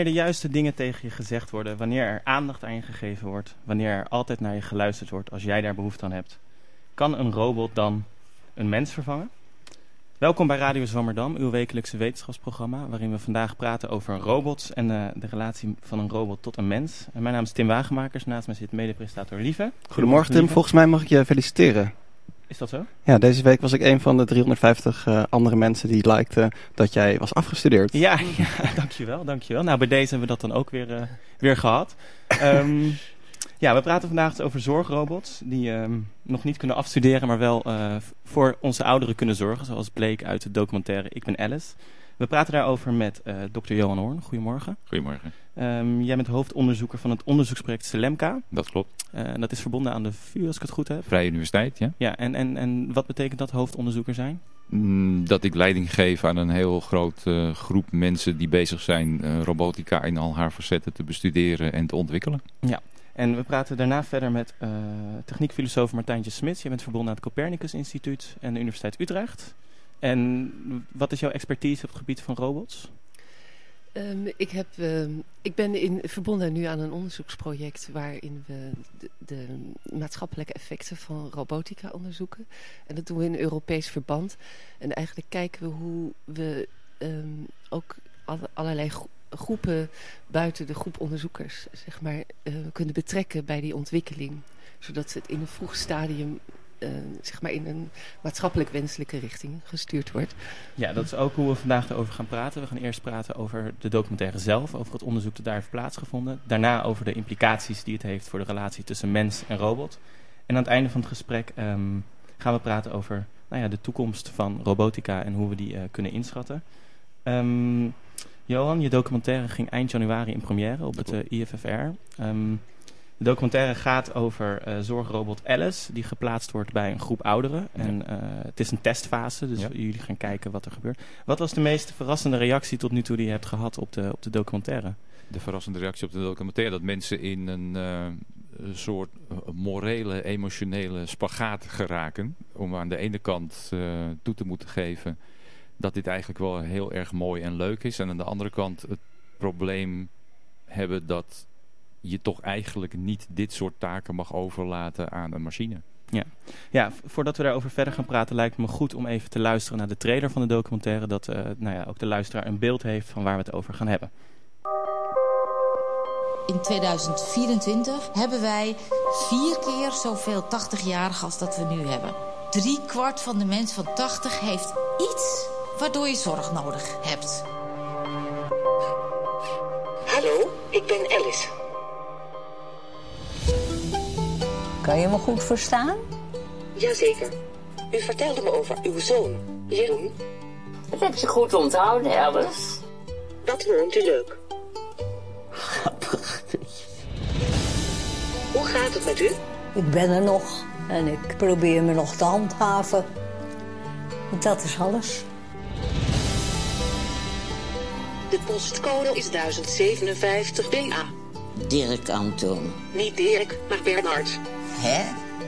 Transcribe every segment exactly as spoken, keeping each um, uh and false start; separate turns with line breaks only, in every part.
de juiste dingen tegen je gezegd worden, wanneer er aandacht aan je gegeven wordt, wanneer er altijd naar je geluisterd wordt als jij daar behoefte aan hebt, kan een robot dan een mens vervangen? Welkom bij Radio Zwammerdam, uw wekelijkse wetenschapsprogramma, waarin we vandaag praten over robots en uh, de relatie van een robot tot een mens. En mijn naam is Tim Wagemakers, naast mij zit mede-presentator Lieve.
Goedemorgen Tim, volgens mij mag ik je feliciteren.
Is dat zo?
Ja, deze week was ik een van de driehonderdvijftig uh, andere mensen die likten dat jij was afgestudeerd.
Ja, ja, dankjewel, dankjewel. Nou, bij deze hebben we dat dan ook weer, uh, weer gehad. Um, ja, we praten vandaag over zorgrobots die um, nog niet kunnen afstuderen, maar wel uh, voor onze ouderen kunnen zorgen, zoals bleek uit de documentaire Ik ben Alice. We praten daarover met uh, dokter Johan Hoorn. Goedemorgen.
Goedemorgen.
Um, jij bent hoofdonderzoeker van het onderzoeksproject Selemka.
Dat klopt.
Uh, dat is verbonden aan de V U, als ik het goed heb.
Vrije Universiteit, ja.
Ja, en, en, en wat betekent dat, hoofdonderzoeker zijn?
Mm, dat ik leiding geef aan een heel grote uh, groep mensen die bezig zijn uh, robotica in al haar facetten te bestuderen en te ontwikkelen.
Ja, en we praten daarna verder met uh, techniekfilosoof Martijntje Smits. Je bent verbonden aan het Copernicus Instituut en de Universiteit Utrecht. En wat is jouw expertise op het gebied van robots?
Um, ik, heb, uh, ik ben in, verbonden nu aan een onderzoeksproject waarin we de, de maatschappelijke effecten van robotica onderzoeken. En dat doen we in een Europees verband. En eigenlijk kijken we hoe we um, ook alle, allerlei gro- groepen buiten de groep onderzoekers zeg maar, uh, kunnen betrekken bij die ontwikkeling. Zodat het in een vroeg stadium Uh, zeg maar in een maatschappelijk wenselijke richting gestuurd wordt.
Ja, dat is ook hoe we vandaag erover gaan praten. We gaan eerst praten over de documentaire zelf, over het onderzoek dat daar heeft plaatsgevonden. Daarna over de implicaties die het heeft voor de relatie tussen mens en robot. En aan het einde van het gesprek um, gaan we praten over nou ja, de toekomst van robotica en hoe we die uh, kunnen inschatten. Um, Johan, je documentaire ging eind januari in première op het uh, I F F R. Um, De documentaire gaat over uh, zorgrobot Alice, die geplaatst wordt bij een groep ouderen. Ja. En uh, het is een testfase, dus ja. jullie gaan kijken wat er gebeurt. Wat was de meest verrassende reactie tot nu toe die je hebt gehad op de, op de documentaire?
De verrassende reactie op de documentaire, dat mensen in een uh, soort uh, morele, emotionele spagaat geraken. Om aan de ene kant uh, toe te moeten geven dat dit eigenlijk wel heel erg mooi en leuk is. En aan de andere kant het probleem hebben dat je toch eigenlijk niet dit soort taken mag overlaten aan een machine.
Ja. ja, voordat we daarover verder gaan praten, lijkt het me goed om even te luisteren naar de trailer van de documentaire, dat uh, nou ja, ook de luisteraar een beeld heeft van waar we het over gaan hebben.
In tweeduizend vierentwintig hebben wij vier keer zoveel tachtigjarigen als dat we nu hebben. Drie kwart van de mensen van tachtig heeft iets waardoor je zorg nodig hebt.
Hallo, ik ben Alice.
Kan je me goed verstaan?
Jazeker. U vertelde me over uw zoon, Jeroen.
Dat heb je goed onthouden, Alice.
Dat vond u leuk.
Grappig.
Hoe gaat het met u?
Ik ben er nog en ik probeer me nog te handhaven. Dat is alles.
De postcode is duizend zevenenvijftig B A.
Dirk Anton.
Niet Dirk, maar Bernard.
Hè?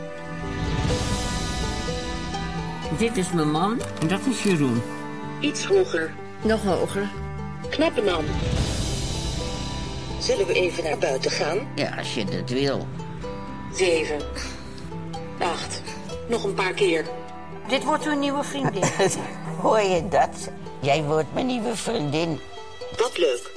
Dit is mijn man en dat is Jeroen.
Iets hoger.
Nog hoger.
Knappe man. Zullen we even naar buiten gaan?
Ja, als je dat wil.
Zeven. Acht. Nog een paar keer.
Dit wordt uw nieuwe vriendin.
Hoor je dat? Jij wordt mijn nieuwe vriendin.
Wat leuk.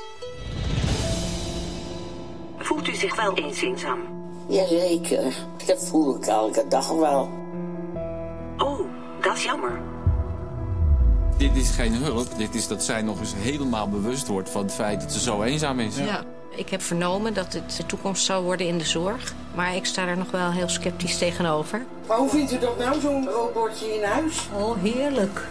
Voelt u zich wel eens eenzaam?
Jazeker. Dat voel ik elke dag wel.
Oh, dat is jammer.
Dit is geen hulp. Dit is dat zij nog eens helemaal bewust wordt van het feit dat ze zo eenzaam is.
Ja, ik heb vernomen dat het de toekomst zou worden in de zorg. Maar ik sta er nog wel heel sceptisch tegenover.
Maar hoe vindt u dat nou, zo'n robotje in huis?
Oh, heerlijk.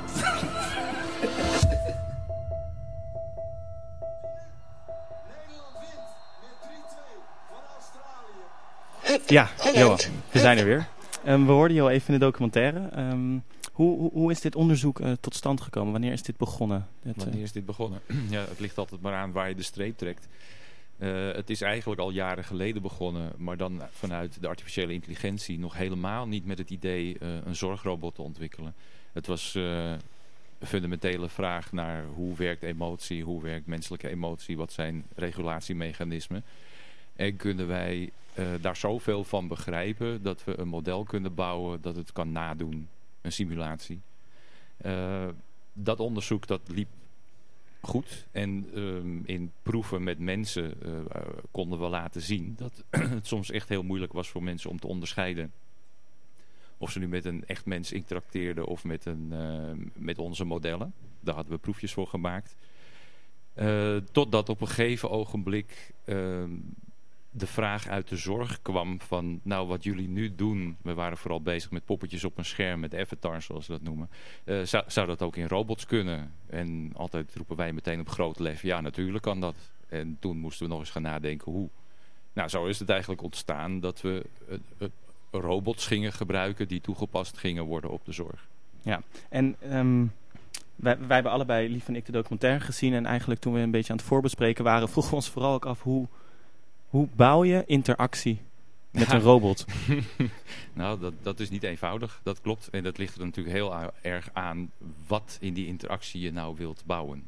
Ja, Johan, we zijn er weer. Um, we hoorden je al even in de documentaire. Um, hoe, hoe, hoe is dit onderzoek uh, tot stand gekomen? Wanneer is dit begonnen? Het, uh...
Wanneer is dit begonnen? Ja, het ligt altijd maar aan waar je de streep trekt. Uh, het is eigenlijk al jaren geleden begonnen, maar dan vanuit de artificiële intelligentie nog helemaal niet met het idee uh, een zorgrobot te ontwikkelen. Het was uh, fundamentele vraag naar hoe werkt emotie, hoe werkt menselijke emotie, wat zijn regulatiemechanismen. En kunnen wij uh, daar zoveel van begrijpen dat we een model kunnen bouwen dat het kan nadoen, een simulatie. Uh, dat onderzoek dat liep goed en um, in proeven met mensen uh, uh, konden we laten zien dat het soms echt heel moeilijk was voor mensen om te onderscheiden of ze nu met een echt mens interacteerden of met, een, uh, met onze modellen. Daar hadden we proefjes voor gemaakt. Uh, totdat op een gegeven ogenblik uh, de vraag uit de zorg kwam van, nou wat jullie nu doen, we waren vooral bezig met poppetjes op een scherm, met avatars zoals ze dat noemen, uh, zou, zou dat ook in robots kunnen? En altijd roepen wij meteen op groot lef, ja natuurlijk kan dat. En toen moesten we nog eens gaan nadenken hoe. Nou, zo is het eigenlijk ontstaan dat we uh, uh, robots gingen gebruiken die toegepast gingen worden op de zorg.
Ja, en um, wij, wij hebben allebei, Lief en ik, de documentaire gezien en eigenlijk toen we een beetje aan het voorbespreken waren, vroegen we ons vooral ook af hoe Hoe bouw je interactie met ja. een robot?
Nou, dat, dat is niet eenvoudig, dat klopt. En dat ligt er natuurlijk heel a- erg aan wat in die interactie je nou wilt bouwen.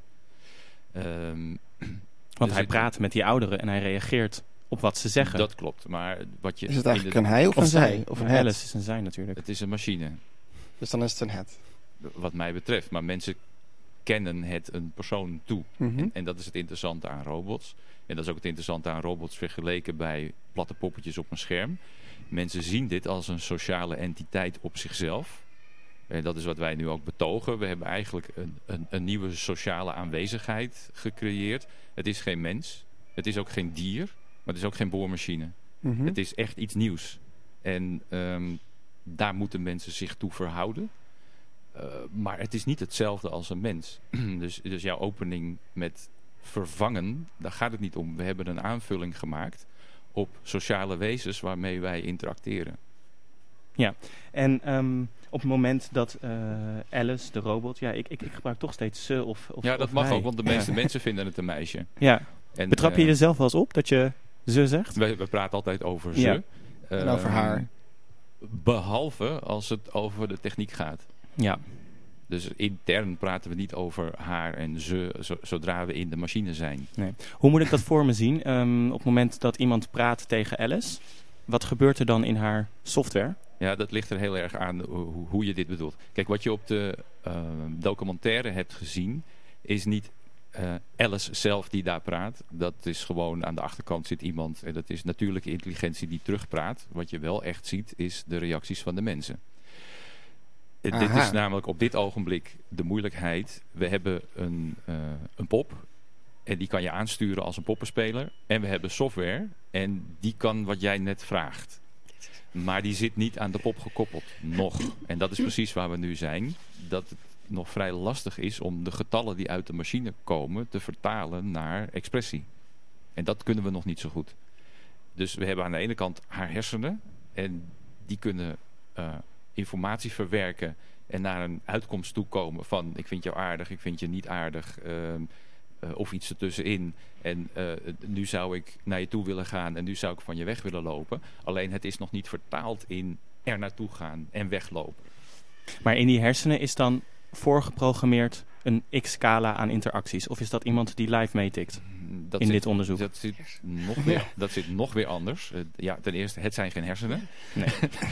Um,
Want dus hij praat met die ouderen en hij reageert op wat ze zeggen.
Dat klopt. Maar wat je
is het eigenlijk
de,
een hij of, of een zij?
Of een het? Alice is een zij natuurlijk.
Het is een machine.
Dus dan is het een het.
Wat mij betreft. Maar mensen kennen het een persoon toe.
Mm-hmm.
En, en dat is het interessante aan robots. En dat is ook het interessante aan robots vergeleken bij platte poppetjes op een scherm. Mensen zien dit als een sociale entiteit op zichzelf. En dat is wat wij nu ook betogen. We hebben eigenlijk een, een, een nieuwe sociale aanwezigheid gecreëerd. Het is geen mens. Het is ook geen dier. Maar het is ook geen boormachine.
Mm-hmm.
Het is echt iets nieuws. En um, daar moeten mensen zich toe verhouden. Uh, maar het is niet hetzelfde als een mens. dus, dus jouw opening met vervangen, daar gaat het niet om. We hebben een aanvulling gemaakt op sociale wezens waarmee wij interacteren.
Ja, en um, op het moment dat uh, Alice, de robot, ja, ik, ik, ik gebruik toch steeds ze of, of
Ja, dat
of
mag
hij.
ook, want de meeste ja. mensen vinden het een meisje.
Ja.
En,
Betrap je
uh,
er zelf wel eens op dat je ze zegt?
We, we praten altijd over ze.
Ja.
Uh, en over haar.
Behalve als het over de techniek gaat.
Ja.
Dus intern praten we niet over haar en ze, zo, zodra we in de machine zijn.
Nee. Hoe moet ik dat voor me zien? Um, op het moment dat iemand praat tegen Alice, wat gebeurt er dan in haar software?
Ja, dat ligt er heel erg aan hoe, hoe je dit bedoelt. Kijk, wat je op de uh, documentaire hebt gezien, is niet uh, Alice zelf die daar praat. Dat is gewoon, aan de achterkant zit iemand, en dat is natuurlijke intelligentie die terugpraat. Wat je wel echt ziet, is de reacties van de mensen. Aha. Dit is namelijk op dit ogenblik de moeilijkheid. We hebben een, uh, een pop. En die kan je aansturen als een poppenspeler. En we hebben software. En die kan wat jij net vraagt. Maar die zit niet aan de pop gekoppeld. Nog. En dat is precies waar we nu zijn. Dat het nog vrij lastig is om de getallen die uit de machine komen te vertalen naar expressie. En dat kunnen we nog niet zo goed. Dus we hebben aan de ene kant haar hersenen. En die kunnen Uh, informatie verwerken en naar een uitkomst toekomen van ik vind jou aardig, ik vind je niet aardig uh, uh, of iets ertussenin en uh, nu zou ik naar je toe willen gaan en nu zou ik van je weg willen lopen. Alleen het is nog niet vertaald in er naartoe gaan en weglopen.
Maar in die hersenen is dan voorgeprogrammeerd een x-scala aan interacties? Of is dat iemand die live meetikt
dat
in
zit,
dit onderzoek?
Dat zit nog weer, ja. dat zit nog weer anders. Uh, ja, ten eerste, het zijn geen hersenen.
Nee.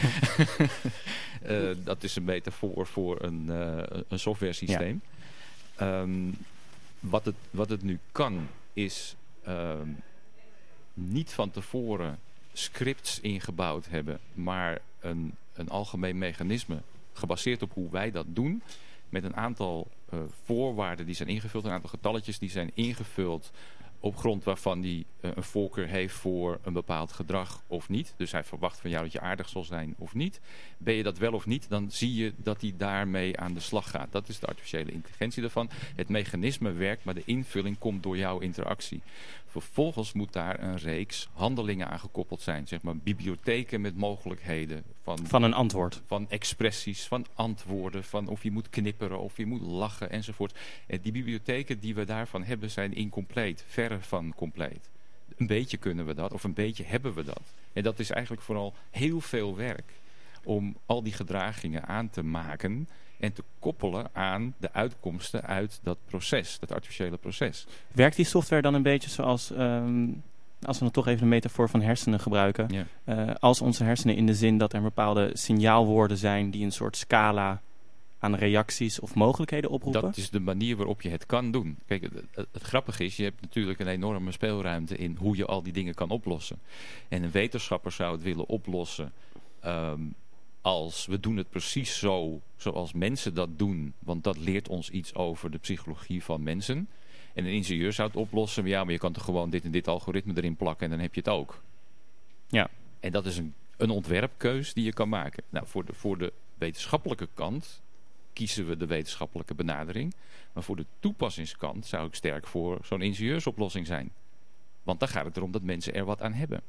uh, dat is een metafoor voor een, uh, een software systeem. Ja. Um, wat, het, wat het nu kan, is um, niet van tevoren scripts ingebouwd hebben, maar een, een algemeen mechanisme gebaseerd op hoe wij dat doen, met een aantal uh, voorwaarden die zijn ingevuld, een aantal getalletjes die zijn ingevuld op grond waarvan hij uh, een voorkeur heeft voor een bepaald gedrag of niet. Dus hij verwacht van jou dat je aardig zal zijn of niet. Ben je dat wel of niet, dan zie je dat hij daarmee aan de slag gaat. Dat is de artificiële intelligentie daarvan. Het mechanisme werkt, maar de invulling komt door jouw interactie. Vervolgens moet daar een reeks handelingen aan gekoppeld zijn. Zeg maar bibliotheken met mogelijkheden. Van,
van een antwoord.
Van expressies, van antwoorden. Van of je moet knipperen, of je moet lachen enzovoort. En die bibliotheken die we daarvan hebben zijn incompleet. Verre van compleet. Een beetje kunnen we dat, of een beetje hebben we dat. En dat is eigenlijk vooral heel veel werk. Om al die gedragingen aan te maken En te koppelen aan de uitkomsten uit dat proces, dat artificiële proces.
Werkt die software dan een beetje zoals, um, als we dan toch even de metafoor van hersenen gebruiken,
Ja.
uh, als onze hersenen in de zin dat er bepaalde signaalwoorden zijn die een soort scala aan reacties of mogelijkheden oproepen?
Dat is de manier waarop je het kan doen. Kijk, het, het, het grappige is, je hebt natuurlijk een enorme speelruimte in hoe je al die dingen kan oplossen. En een wetenschapper zou het willen oplossen um, als we doen het precies zo zoals mensen dat doen. Want dat leert ons iets over de psychologie van mensen. En een ingenieur zou het oplossen, ja, maar je kan toch gewoon dit en dit algoritme erin plakken en dan heb je het ook.
Ja.
En dat is een, een ontwerpkeus die je kan maken. Nou, voor de, voor de wetenschappelijke kant kiezen we de wetenschappelijke benadering. Maar voor de toepassingskant zou ik sterk voor zo'n ingenieursoplossing zijn. Want dan gaat het erom dat mensen er wat aan hebben.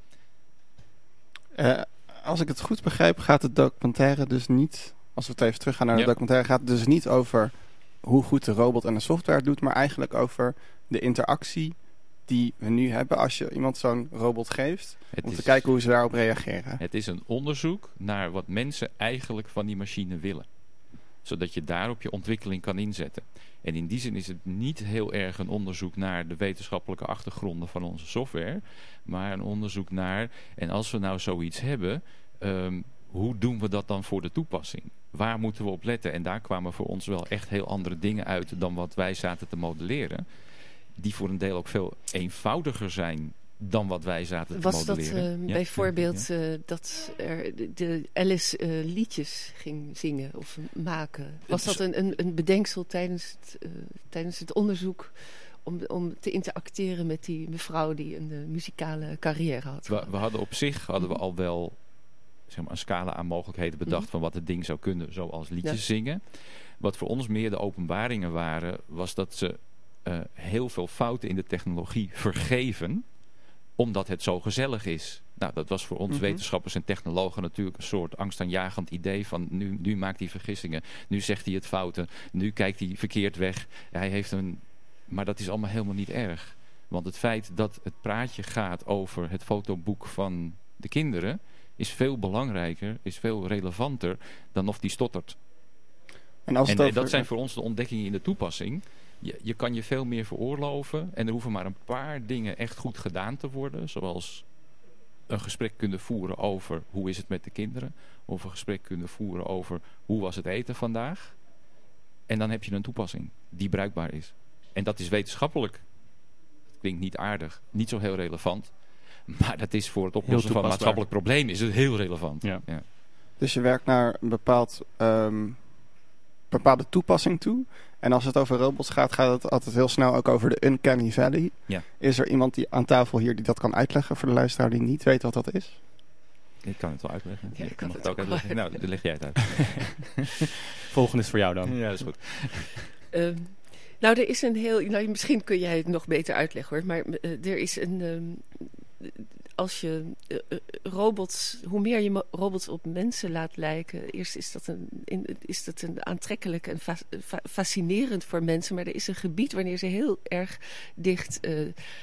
Uh, als ik het goed begrijp, gaat de documentaire dus niet, als we het even teruggaan naar de
Ja.
documentaire, gaat het dus niet over hoe goed de robot en de software het doet, maar eigenlijk over de interactie die we nu hebben als je iemand zo'n robot geeft,
Het
om
is-
te kijken hoe ze daarop reageren.
Het is een onderzoek naar wat mensen eigenlijk van die machine willen. Zodat je daarop je ontwikkeling kan inzetten. En in die zin is het niet heel erg een onderzoek naar de wetenschappelijke achtergronden van onze software. Maar een onderzoek naar, en als we nou zoiets hebben, um, hoe doen we dat dan voor de toepassing? Waar moeten we op letten? En daar kwamen voor ons wel echt heel andere dingen uit dan wat wij zaten te modelleren. Die voor een deel ook veel eenvoudiger zijn dan wat wij zaten te
Was dat
modelleren.
uh,
Ja?
bijvoorbeeld
Ja.
uh, dat er de, de Alice uh, liedjes ging zingen of maken? Was dat een, een, een bedenksel tijdens het, uh, tijdens het onderzoek om, om te interacteren met die mevrouw die een uh, muzikale carrière had?
We, we hadden op zich hadden we al wel, zeg maar, een scala aan mogelijkheden bedacht
Mhm.
van wat het ding zou kunnen, zoals liedjes
Ja.
zingen. Wat voor ons meer de openbaringen waren, was dat ze uh, heel veel fouten in de technologie vergeven, omdat het zo gezellig is. Nou, dat was voor ons
Mhm.
wetenschappers en technologen natuurlijk een soort angstaanjagend idee van nu, nu maakt hij vergissingen, nu zegt hij het fouten, nu kijkt hij verkeerd weg. Hij heeft een, maar dat is allemaal helemaal niet erg. Want het feit dat het praatje gaat over het fotoboek van de kinderen is veel belangrijker, is veel relevanter dan of die stottert.
En, als
En,
het
en
over...
dat zijn voor ons de ontdekkingen in de toepassing. Je, je kan je veel meer veroorloven en er hoeven maar een paar dingen echt goed gedaan te worden. Zoals een gesprek kunnen voeren over hoe is het met de kinderen. Of een gesprek kunnen voeren over hoe was het eten vandaag. En dan heb je een toepassing die bruikbaar is. En dat is wetenschappelijk. Het klinkt niet aardig, niet zo heel relevant. Maar dat is voor het oplossen van een maatschappelijk probleem is het heel relevant.
Ja.
Ja.
Dus je werkt naar een bepaald, um, bepaalde toepassing toe. En als het over robots gaat, gaat het altijd heel snel ook over de Uncanny Valley.
Ja.
Is er iemand die aan tafel hier die dat kan uitleggen voor de luisteraar die niet weet wat dat is?
Ik kan het wel uitleggen.
Ja, ik kan
mag
het ook wel
uitleggen. Nou, dan leg jij het uit.
Volgende is voor jou dan.
Ja, dat is goed.
Um, nou, er is een heel... Nou, misschien kun jij het nog beter uitleggen, hoor. Maar uh, er is een... Um, als je uh, uh, robots... Hoe meer je robots op mensen laat lijken... Eerst is dat een, in, is dat een aantrekkelijk en fa fa fascinerend voor mensen. Maar er is een gebied wanneer ze heel erg dicht uh,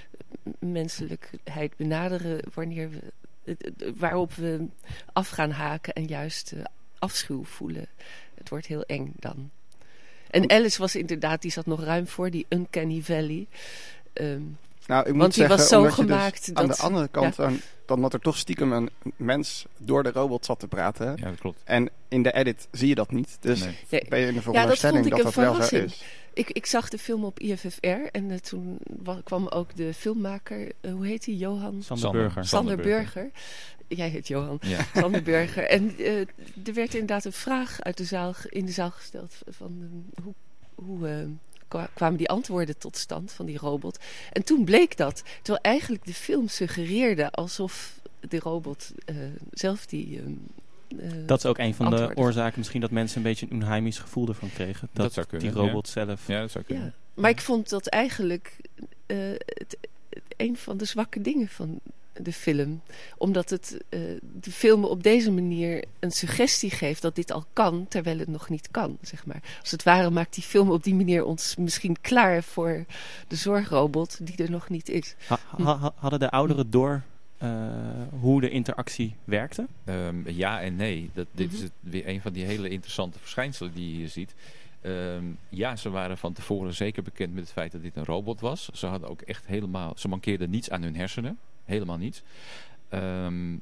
menselijkheid benaderen. Wanneer we... Uh, waarop we af gaan haken en juist uh, afschuw voelen. Het wordt heel eng dan. En Alice was inderdaad, die zat nog ruim voor die Uncanny Valley. Um,
nou, ik moet
want die
zeggen,
was zo
omdat
gemaakt
je dus
dat...
aan de andere kant,
ja.
dan, dan dat er toch stiekem een mens door de robot zat te praten.
Ja, dat klopt.
En in de edit zie je dat niet. Dus
Nee.
Nee.
ben je in de
Ja, dat
veronderstelling
vond ik
dat
een
dat, wel zo
verrassing.
is.
Ik, ik zag de film op I F F R en uh, toen wa- kwam ook de filmmaker, uh, hoe heet hij, Johan?
Sander Burger.
Sander Burger. Jij heet Johan.
Ja.
Sander Burger. En uh, er werd inderdaad een vraag uit de zaal, in de zaal gesteld van uh, hoe, hoe uh, kwa- kwamen die antwoorden tot stand van die robot. En toen bleek dat, terwijl eigenlijk de film suggereerde alsof de robot uh, zelf die... Uh, Uh,
dat is ook een van
antwoorden.
de oorzaken misschien dat mensen een beetje een onheimisch gevoel ervan kregen. Dat,
Dat zou kunnen,
die robot
ja.
zelf...
Ja, dat zou kunnen.
Ja. Maar ik vond dat eigenlijk uh, het, het een van de zwakke dingen van de film. Omdat het uh, de film op deze manier een suggestie geeft dat dit al kan, terwijl het nog niet kan, zeg maar. Als het ware maakt die film op die manier ons misschien klaar voor de zorgrobot die er nog niet is.
Ha, ha, hadden de ouderen door uh, hoe de interactie werkte?
Um, ja en nee. Dat, dit
Mm-hmm.
is het, weer een van die hele interessante verschijnselen die je hier ziet. Um, ja, ze waren van tevoren zeker bekend met het feit dat dit een robot was. Ze hadden ook echt helemaal, ze mankeerden niets aan hun hersenen. Helemaal niets. Um,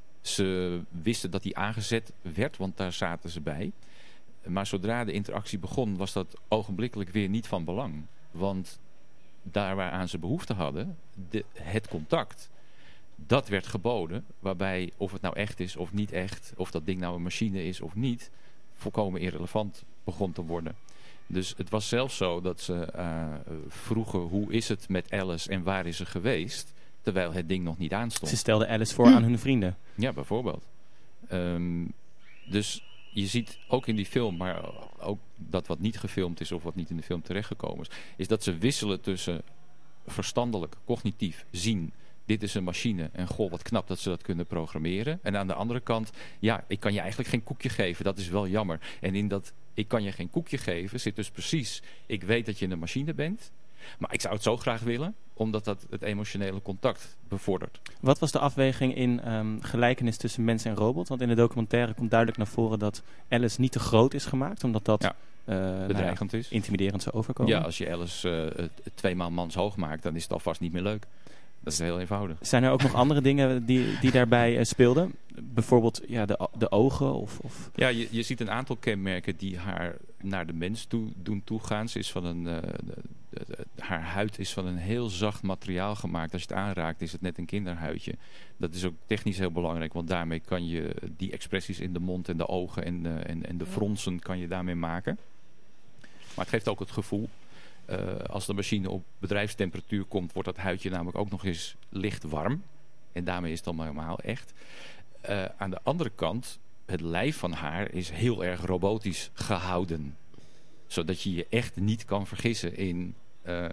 ze wisten dat die aangezet werd, want daar zaten ze bij. Maar zodra de interactie begon, was dat ogenblikkelijk weer niet van belang. Want daar waaraan ze behoefte hadden, de, het contact, dat werd geboden. Waarbij of het nou echt is of niet echt, of dat ding nou een machine is of niet, volkomen irrelevant begon te worden. Dus het was zelfs zo dat ze uh, vroegen hoe is het met Alice en waar is ze geweest, terwijl het ding nog niet aanstond.
Ze stelden Alice voor mm. aan hun vrienden.
Ja, bijvoorbeeld. Um, dus je ziet ook in die film, maar ook dat wat niet gefilmd is of wat niet in de film terechtgekomen is, is dat ze wisselen tussen verstandelijk, cognitief zien, dit is een machine en goh, wat knap dat ze dat kunnen programmeren. En aan de andere kant, ja, ik kan je eigenlijk geen koekje geven, dat is wel jammer. En in dat ik kan je geen koekje geven zit dus precies, ik weet dat je een machine bent, maar ik zou het zo graag willen, omdat dat het emotionele contact bevordert.
Wat was de afweging in um, gelijkenis tussen mens en robot? Want in de documentaire komt duidelijk naar voren dat Alice niet te groot is gemaakt, omdat dat
ja,
uh,
bedreigend
nou ja,
is.
Intimiderend zou overkomen.
Ja, als je Alice uh, tweemaal mans hoog maakt, dan is het alvast niet meer leuk. Dat is heel eenvoudig.
Zijn er ook nog andere dingen die, die daarbij uh, speelden? Bijvoorbeeld ja, de, de ogen? Of, of...
Ja, je, je ziet een aantal kenmerken die haar naar de mens toe, doen toegaan. Ze is van een, uh, de, de, de, haar huid is van een heel zacht materiaal gemaakt. Als je het aanraakt is het net een kinderhuidje. Dat is ook technisch heel belangrijk, want daarmee kan je die expressies in de mond en de ogen en de, en, en de fronsen kan je daarmee maken. Maar het geeft ook het gevoel. Uh, als de machine op bedrijfstemperatuur komt, wordt dat huidje namelijk ook nog eens licht warm. En daarmee is het dan helemaal echt. Uh, aan de andere kant, het lijf van haar is heel erg robotisch gehouden. Zodat je je echt niet kan vergissen in, uh,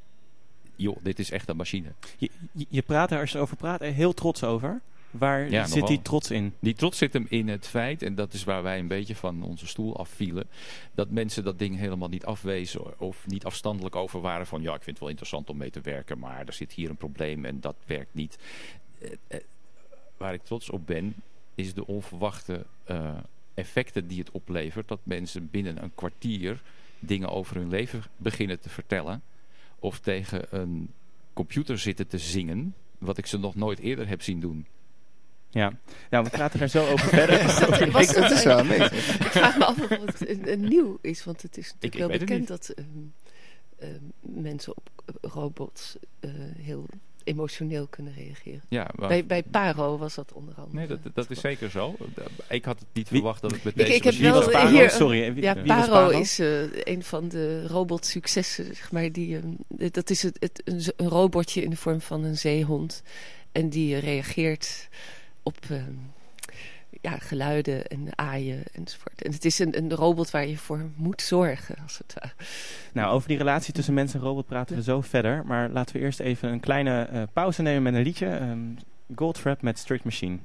joh, dit is echt een machine.
Je, je, je praat er, als je erover praat, er heel trots over. Waar
ja,
zit
nogal.
die trots in?
Die trots zit hem in het feit, en dat is waar wij een beetje van onze stoel afvielen, dat mensen dat ding helemaal niet afwezen of niet afstandelijk over waren van ja, ik vind het wel interessant om mee te werken, maar er zit hier een probleem en dat werkt niet. Uh, uh, waar ik trots op ben, is de onverwachte uh, effecten die het oplevert, dat mensen binnen een kwartier dingen over hun leven beginnen te vertellen of tegen een computer zitten te zingen, wat ik ze nog nooit eerder heb zien doen.
Ja, nou, we praten daar zo over verder.
dat was het is wel amazing. Ik vraag me af of het een, een nieuw is, want het is natuurlijk ik, ik wel bekend dat um, um, mensen op uh, robots uh, heel emotioneel kunnen reageren.
Ja, maar...
bij, bij Paro was dat onder andere.
Nee, dat, dat is zeker zo. Ik had het niet
wie?
verwacht dat het met
ik,
deze
ik heb
machine...
wel
was Paro?
Hier,
Sorry. Wie,
ja,
wie
Paro,
Paro
is uh, een van de robotsuccessen, zeg maar. Die, um, dat is het, het, een, een robotje in de vorm van een zeehond. En die uh, reageert op um, ja, geluiden en aaien enzovoort. En het is een, een robot waar je voor moet zorgen, als het ware.
Nou, over die relatie tussen mens en robot praten we zo verder. Maar laten we eerst even een kleine uh, pauze nemen met een liedje. Um, Goldfrapp met Strict Machine.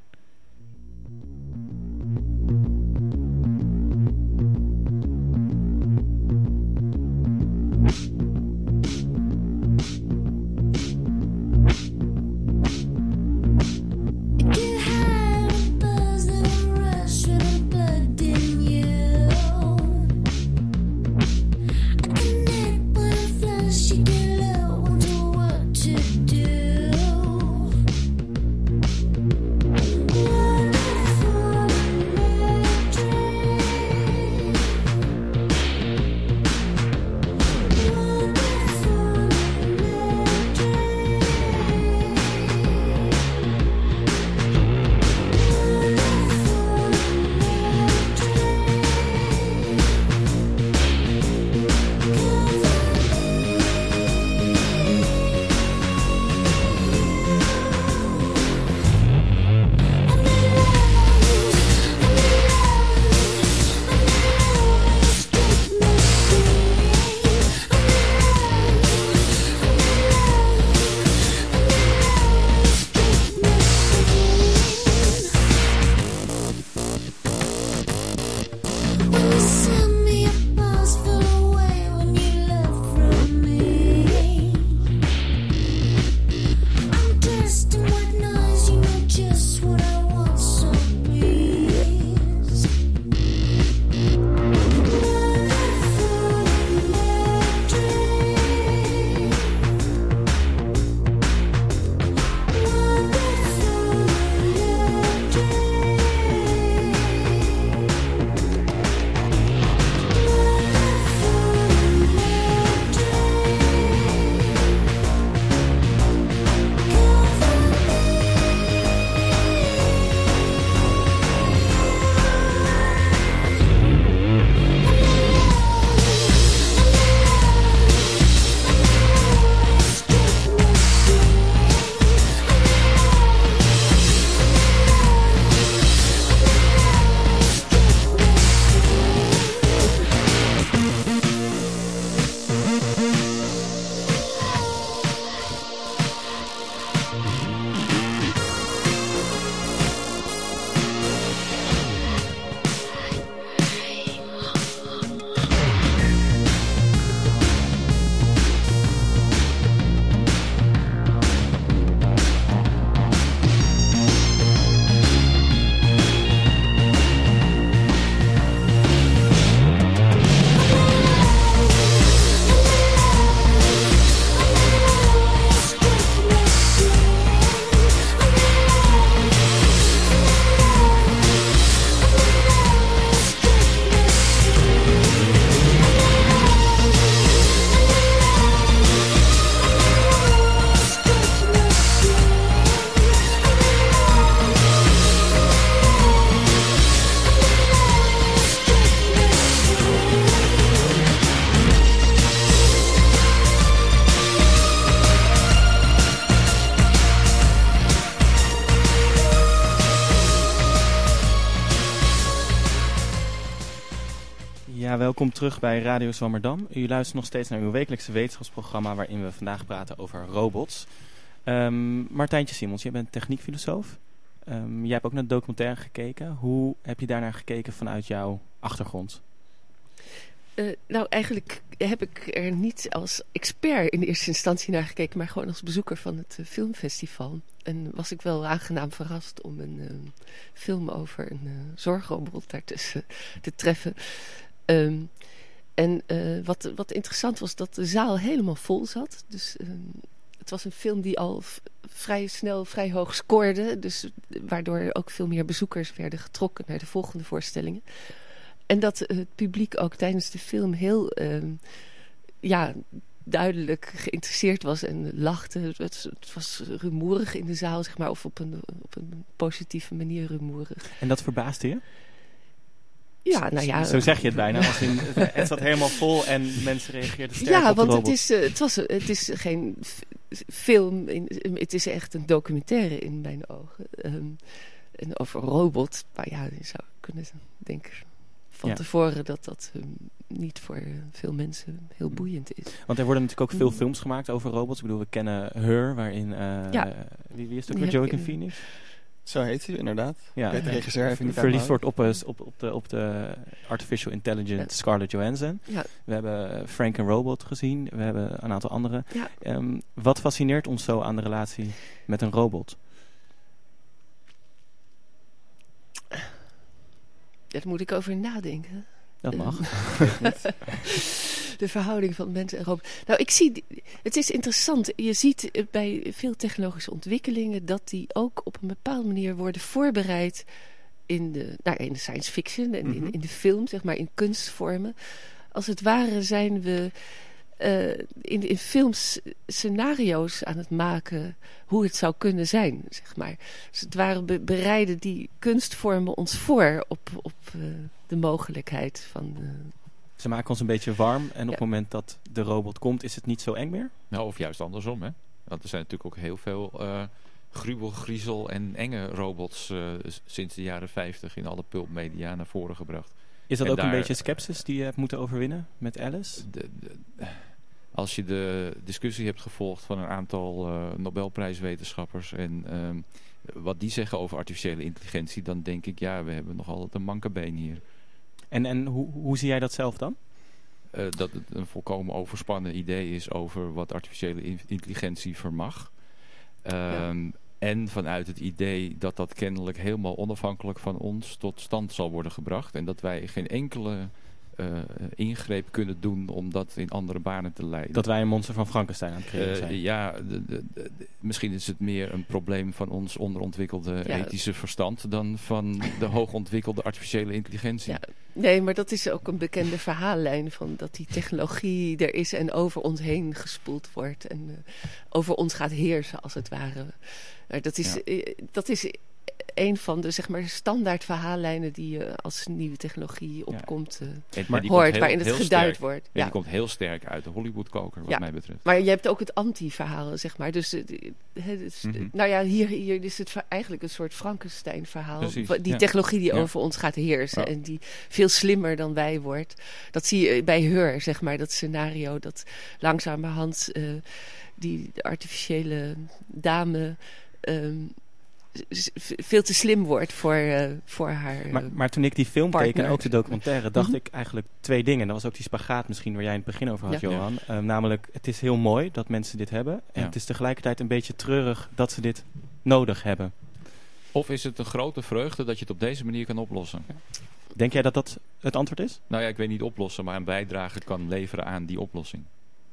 She
Ja, welkom terug bij Radio Zwammerdam. U luistert nog steeds naar uw wekelijkse wetenschapsprogramma waarin we vandaag praten over robots. Um, Martijntje Simons, jij bent techniekfilosoof. Um, jij hebt ook naar de documentaire gekeken. Hoe heb je daarnaar gekeken vanuit jouw achtergrond?
Uh, nou, eigenlijk heb ik er niet als expert in eerste instantie naar gekeken, maar gewoon als bezoeker van het uh, filmfestival. En was ik wel aangenaam verrast om een uh, film over een uh, zorgrobot daartussen te treffen. Um, en uh, wat, wat interessant was, dat de zaal helemaal vol zat. Dus um, het was een film die al v- vrij snel, vrij hoog scoorde. Dus waardoor ook veel meer bezoekers werden getrokken naar de volgende voorstellingen. En dat het publiek ook tijdens de film heel uh, ja, duidelijk geïnteresseerd was en lachte. Het, het was rumoerig in de zaal, zeg maar, of op een, op een positieve manier rumoerig.
En dat verbaasde je?
Ja, nou ja.
Zo zeg je het bijna. Als in, het zat helemaal vol en mensen reageerden sterk
ja,
op de
want
robot.
het is, uh, het, was, het is geen f- film, in, het is echt een documentaire in mijn ogen. Um, en over een robot, maar ja, je zou kunnen denken van ja. tevoren dat dat um, niet voor uh, veel mensen heel boeiend is.
Want er worden natuurlijk ook veel films gemaakt over robots. Ik bedoel, we kennen Her, waarin... Uh, ja. wie, wie is het ook weer? Joaquin Phoenix?
Zo heet hij inderdaad.
Ja.
De regisseur heeft niet
verliefd wordt op, op, op, de, op de artificial intelligence ja. Scarlett Johansson. Ja. We hebben Frank and Robot gezien. We hebben een aantal andere. Ja. Um, wat fascineert ons zo aan de relatie met een robot?
Daar moet ik over nadenken.
Dat mag.
De verhouding van mensen en robots. Nou, ik zie, het is interessant. Je ziet bij veel technologische ontwikkelingen dat die ook op een bepaalde manier worden voorbereid in de, nou, in de science fiction en mm-hmm. in, in de film, zeg maar, in kunstvormen. Als het ware zijn we uh, in, in films scenario's aan het maken hoe het zou kunnen zijn, zeg maar. Als het ware be- bereiden die kunstvormen ons voor op, op uh, de mogelijkheid van... Uh,
Ze maken ons een beetje warm en op ja. het moment dat de robot komt, is het niet zo eng meer?
Nou, of juist andersom, hè. Want er zijn natuurlijk ook heel veel uh, gruwel, griezel en enge robots uh, sinds de jaren vijftig in alle pulpmedia naar voren gebracht.
Is dat
en
ook
daar,
een beetje sceptisch die je hebt moeten overwinnen met Alice?
De, de, als je de discussie hebt gevolgd van een aantal uh, Nobelprijswetenschappers en um, wat die zeggen over artificiële intelligentie, dan denk ik, ja, we hebben nog altijd een mankebeen hier.
En, en hoe, hoe zie jij dat zelf dan?
Uh, dat het een volkomen overspannen idee is over wat artificiële in- intelligentie vermag. Um, ja. En vanuit het idee dat dat kennelijk helemaal onafhankelijk van ons tot stand zal worden gebracht. En dat wij geen enkele uh, ingreep kunnen doen om dat in andere banen te leiden.
Dat wij een monster van Frankenstein aan het creëren zijn.
Uh, ja, de, de, de, misschien is het meer een probleem van ons onderontwikkelde ja. ethische verstand dan van de hoogontwikkelde artificiële intelligentie.
Ja. Nee, maar dat is ook een bekende verhaallijn van dat die technologie er is en over ons heen gespoeld wordt en uh, over ons gaat heersen als het ware. Maar dat is, ja. uh, dat is een van de zeg maar standaard verhaallijnen die je uh, als nieuwe technologie opkomt uh,
en, maar
hoort,
heel,
waarin het geduid
sterk,
wordt.
Ja. Die komt heel sterk uit de Hollywood-koker, wat ja. mij betreft.
Maar je hebt ook het anti-verhaal, zeg maar. Dus, uh, dus mm-hmm. nou ja, hier, hier is het eigenlijk een soort Frankenstein-verhaal.
Precies,
die
ja.
technologie die
ja.
over ons gaat heersen
ja.
en die veel slimmer dan wij wordt. Dat zie je bij Her, zeg maar, dat scenario dat langzamerhand uh, die artificiële dame Um, veel te slim wordt voor, uh, voor haar uh,
maar, maar toen ik die film
partner.
keek en ook de documentaire, dacht
mm-hmm.
ik eigenlijk twee dingen. Dat was ook die spagaat misschien waar jij in het begin over had,
ja.
Johan. Uh, namelijk, het is heel mooi dat mensen dit hebben. En
ja.
het is tegelijkertijd een beetje treurig dat ze dit nodig hebben.
Of is het een grote vreugde dat je het op deze manier kan oplossen?
Ja. Denk jij dat dat het antwoord is?
Nou ja, ik weet niet oplossen, maar een bijdrage kan leveren aan die oplossing.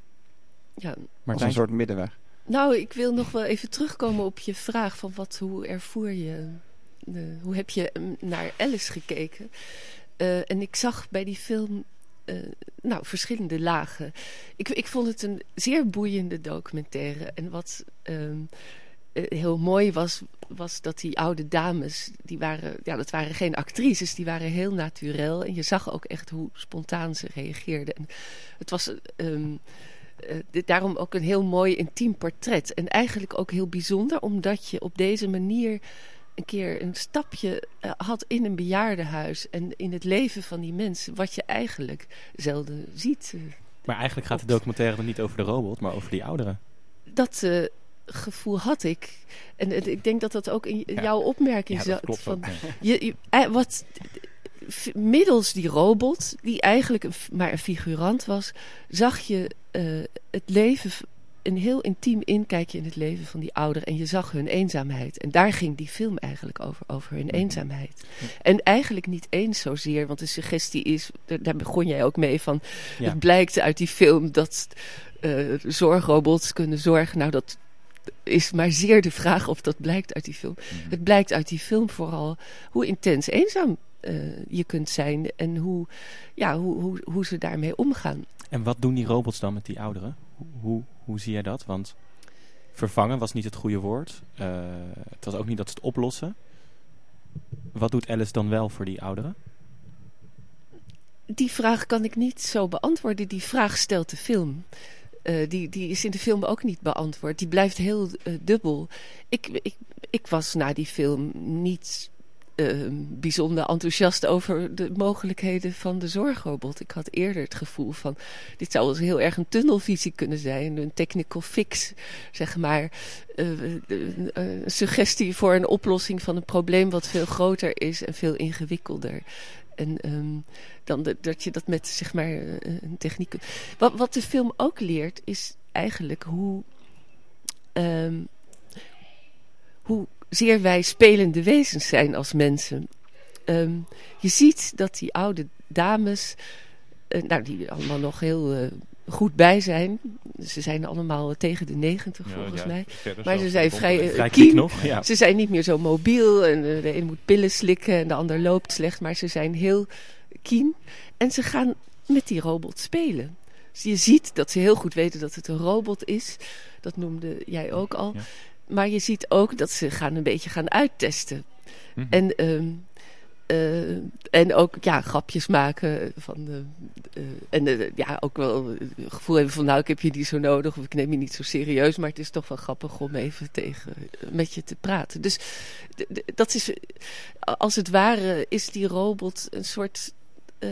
Ja,
maar als een soort middenweg.
Nou, ik wil nog wel even terugkomen op je vraag van wat, hoe ervoer je, uh, hoe heb je naar Alice gekeken? Uh, en ik zag bij die film, uh, nou, verschillende lagen. Ik, ik vond het een zeer boeiende documentaire. En wat um, uh, heel mooi was, was dat die oude dames, die waren, ja, dat waren geen actrices, die waren heel naturel. En je zag ook echt hoe spontaan ze reageerden. En het was... Um, Uh, daarom ook een heel mooi intiem portret. En eigenlijk ook heel bijzonder, omdat je op deze manier een keer een stapje uh, had in een bejaardenhuis en in het leven van die mensen, wat je eigenlijk zelden ziet. Uh,
maar eigenlijk gaat de documentaire dan niet over de robot, maar over die ouderen.
Dat uh, gevoel had ik. En uh, ik denk dat dat ook in ja. jouw opmerking
ja,
zat.
Klopt
van,
ook, ja.
je, je, uh, wat, middels die robot, die eigenlijk een, maar een figurant was, zag je uh, het leven, een heel intiem inkijkje in het leven van die ouderen. En je zag hun eenzaamheid. En daar ging die film eigenlijk over, over hun eenzaamheid. En eigenlijk niet eens zozeer, want de suggestie is, daar begon jij ook mee van, ja. Het blijkt uit die film dat uh, zorgrobots kunnen zorgen. Nou, dat is maar zeer de vraag of dat blijkt uit die film. Mm-hmm. Het blijkt uit die film vooral hoe intens eenzaam uh, je kunt zijn en hoe, ja, hoe, hoe, hoe ze daarmee omgaan.
En wat doen die robots dan met die ouderen? Hoe, hoe, hoe zie jij dat? Want vervangen was niet het goede woord. Uh, het was ook niet dat ze het oplossen. Wat doet Alice dan wel voor die ouderen?
Die vraag kan ik niet zo beantwoorden. Die vraag stelt de film. Uh, die, die is in de film ook niet beantwoord. Die blijft heel uh, dubbel. Ik, ik, ik was na die film niet uh, bijzonder enthousiast over de mogelijkheden van de zorgrobot. Ik had eerder het gevoel van, dit zou dus heel erg een tunnelvisie kunnen zijn. Een technical fix, zeg maar. Uh, een, een suggestie voor een oplossing van een probleem wat veel groter is en veel ingewikkelder. En um, dan de, dat je dat met, zeg maar, uh, een techniek... Wat, wat de film ook leert, is eigenlijk hoe... Um, hoe zeer wij spelende wezens zijn als mensen. Um, je ziet dat die oude dames... Uh, nou, die allemaal nog heel uh, goed bij zijn. Ze zijn allemaal tegen de negentig, ja, volgens ja, mij. Maar ze zijn vrij, uh,
vrij
kien.
Nog, ja.
Ze zijn niet meer zo mobiel. En uh, de een moet pillen slikken en de ander loopt slecht. Maar ze zijn heel kien. En ze gaan met die robot spelen. Dus je ziet dat ze heel goed weten dat het een robot is. Dat noemde jij ook al. Ja. Maar je ziet ook dat ze gaan een beetje gaan uittesten. Mm-hmm. En... Um, Uh, en ook ja, grapjes maken. Van de, uh, en uh, ja, ook wel het gevoel hebben van, nou, ik heb je niet zo nodig. Of ik neem je niet zo serieus. Maar het is toch wel grappig om even tegen, uh, met je te praten. Dus d- d- dat is, als het ware, is die robot een soort... Uh,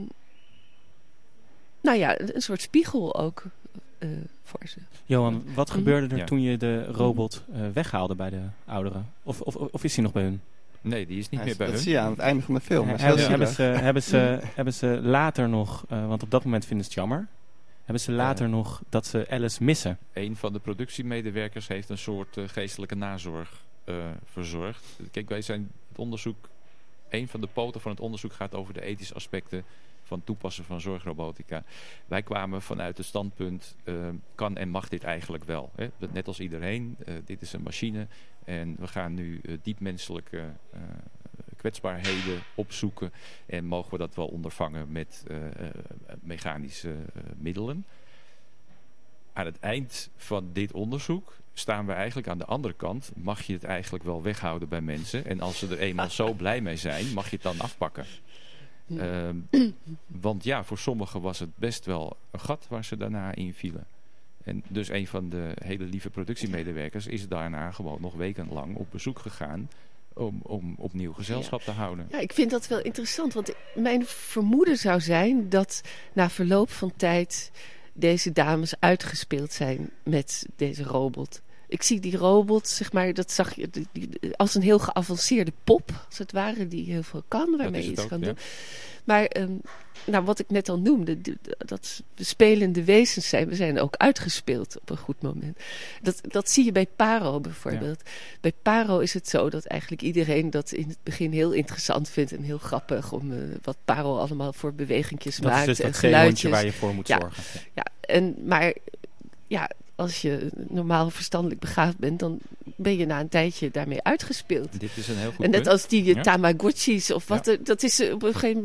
nou ja, een soort spiegel ook uh, voor ze.
Johan, wat mm-hmm. gebeurde er
ja.
toen je de robot uh, weghaalde bij de ouderen? Of, of, of is hij nog bij hun?
Nee, die is niet
ja,
meer bij
dat
hun.
zie je aan het einde van de film.
Ja, hebben, hebben, ze, hebben, ze, hebben ze later nog, uh, want op dat moment vinden ze het jammer, hebben ze later uh, nog dat ze Alice missen?
Een van de productiemedewerkers heeft een soort uh, geestelijke nazorg uh, verzorgd. Kijk, wij zijn het onderzoek, een van de poten van het onderzoek gaat over de ethische aspecten van toepassen van zorgrobotica. Wij kwamen vanuit het standpunt, uh, kan en mag dit eigenlijk wel? Hè? Net als iedereen, uh, dit is een machine en we gaan nu uh, diep menselijke uh, kwetsbaarheden opzoeken en mogen we dat wel ondervangen met uh, uh, mechanische uh, middelen. Aan het eind van dit onderzoek staan we eigenlijk aan de andere kant. Mag je het eigenlijk wel weghouden bij mensen? En als ze er eenmaal zo blij mee zijn, mag je het dan afpakken? Uh, want ja, voor sommigen was het best wel een gat waar ze daarna in vielen. En dus een van de hele lieve productiemedewerkers is daarna gewoon nog wekenlang op bezoek gegaan om, om opnieuw gezelschap ja. te houden.
Ja, ik vind dat wel interessant, want mijn vermoeden zou zijn dat na verloop van tijd deze dames uitgespeeld zijn met deze robot. Ik zie die robot, zeg maar, dat zag je die, die, als een heel geavanceerde pop, als het ware, die heel veel kan, waarmee je iets ook, kan ja. doen. Maar um, nou, wat ik net al noemde, die, dat we spelende wezens zijn, we zijn ook uitgespeeld op een goed moment. Dat, dat zie je bij Paro bijvoorbeeld. Ja. Bij Paro is het zo dat eigenlijk iedereen dat in het begin heel interessant vindt en heel grappig om uh, wat Paro allemaal voor bewegingjes
dat
maakt
is dus
en
dat
geluidjes.
Waar je voor moet
ja,
zorgen. Ja,
ja en, maar ja, als je normaal verstandelijk begaafd bent, dan ben je na een tijdje daarmee uitgespeeld.
Dit is een heel goed
En net
punt.
als die
ja.
Tamagotchis of wat, ja. er, dat is op een gegeven moment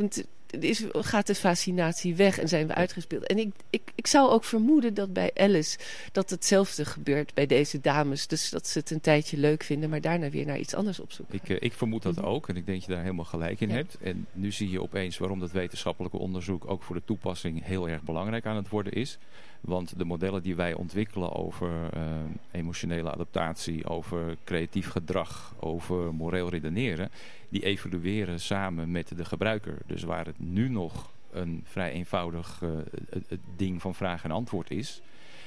is, gaat de fascinatie weg en zijn we uitgespeeld. En ik, ik, ik zou ook vermoeden dat bij Alice dat hetzelfde gebeurt bij deze dames. Dus dat ze het een tijdje leuk vinden, maar daarna weer naar iets anders opzoeken.
Ik, uh, ik vermoed dat ook en ik denk dat je daar helemaal gelijk in
ja.
hebt. En nu zie je opeens waarom dat wetenschappelijke onderzoek ook voor de toepassing heel erg belangrijk aan het worden is. Want de modellen die wij ontwikkelen over uh, emotionele adaptatie, over creatief gedrag, over moreel redeneren, die evolueren samen met de gebruiker. Dus waar het nu nog een vrij eenvoudig uh, het, het ding van vraag en antwoord is,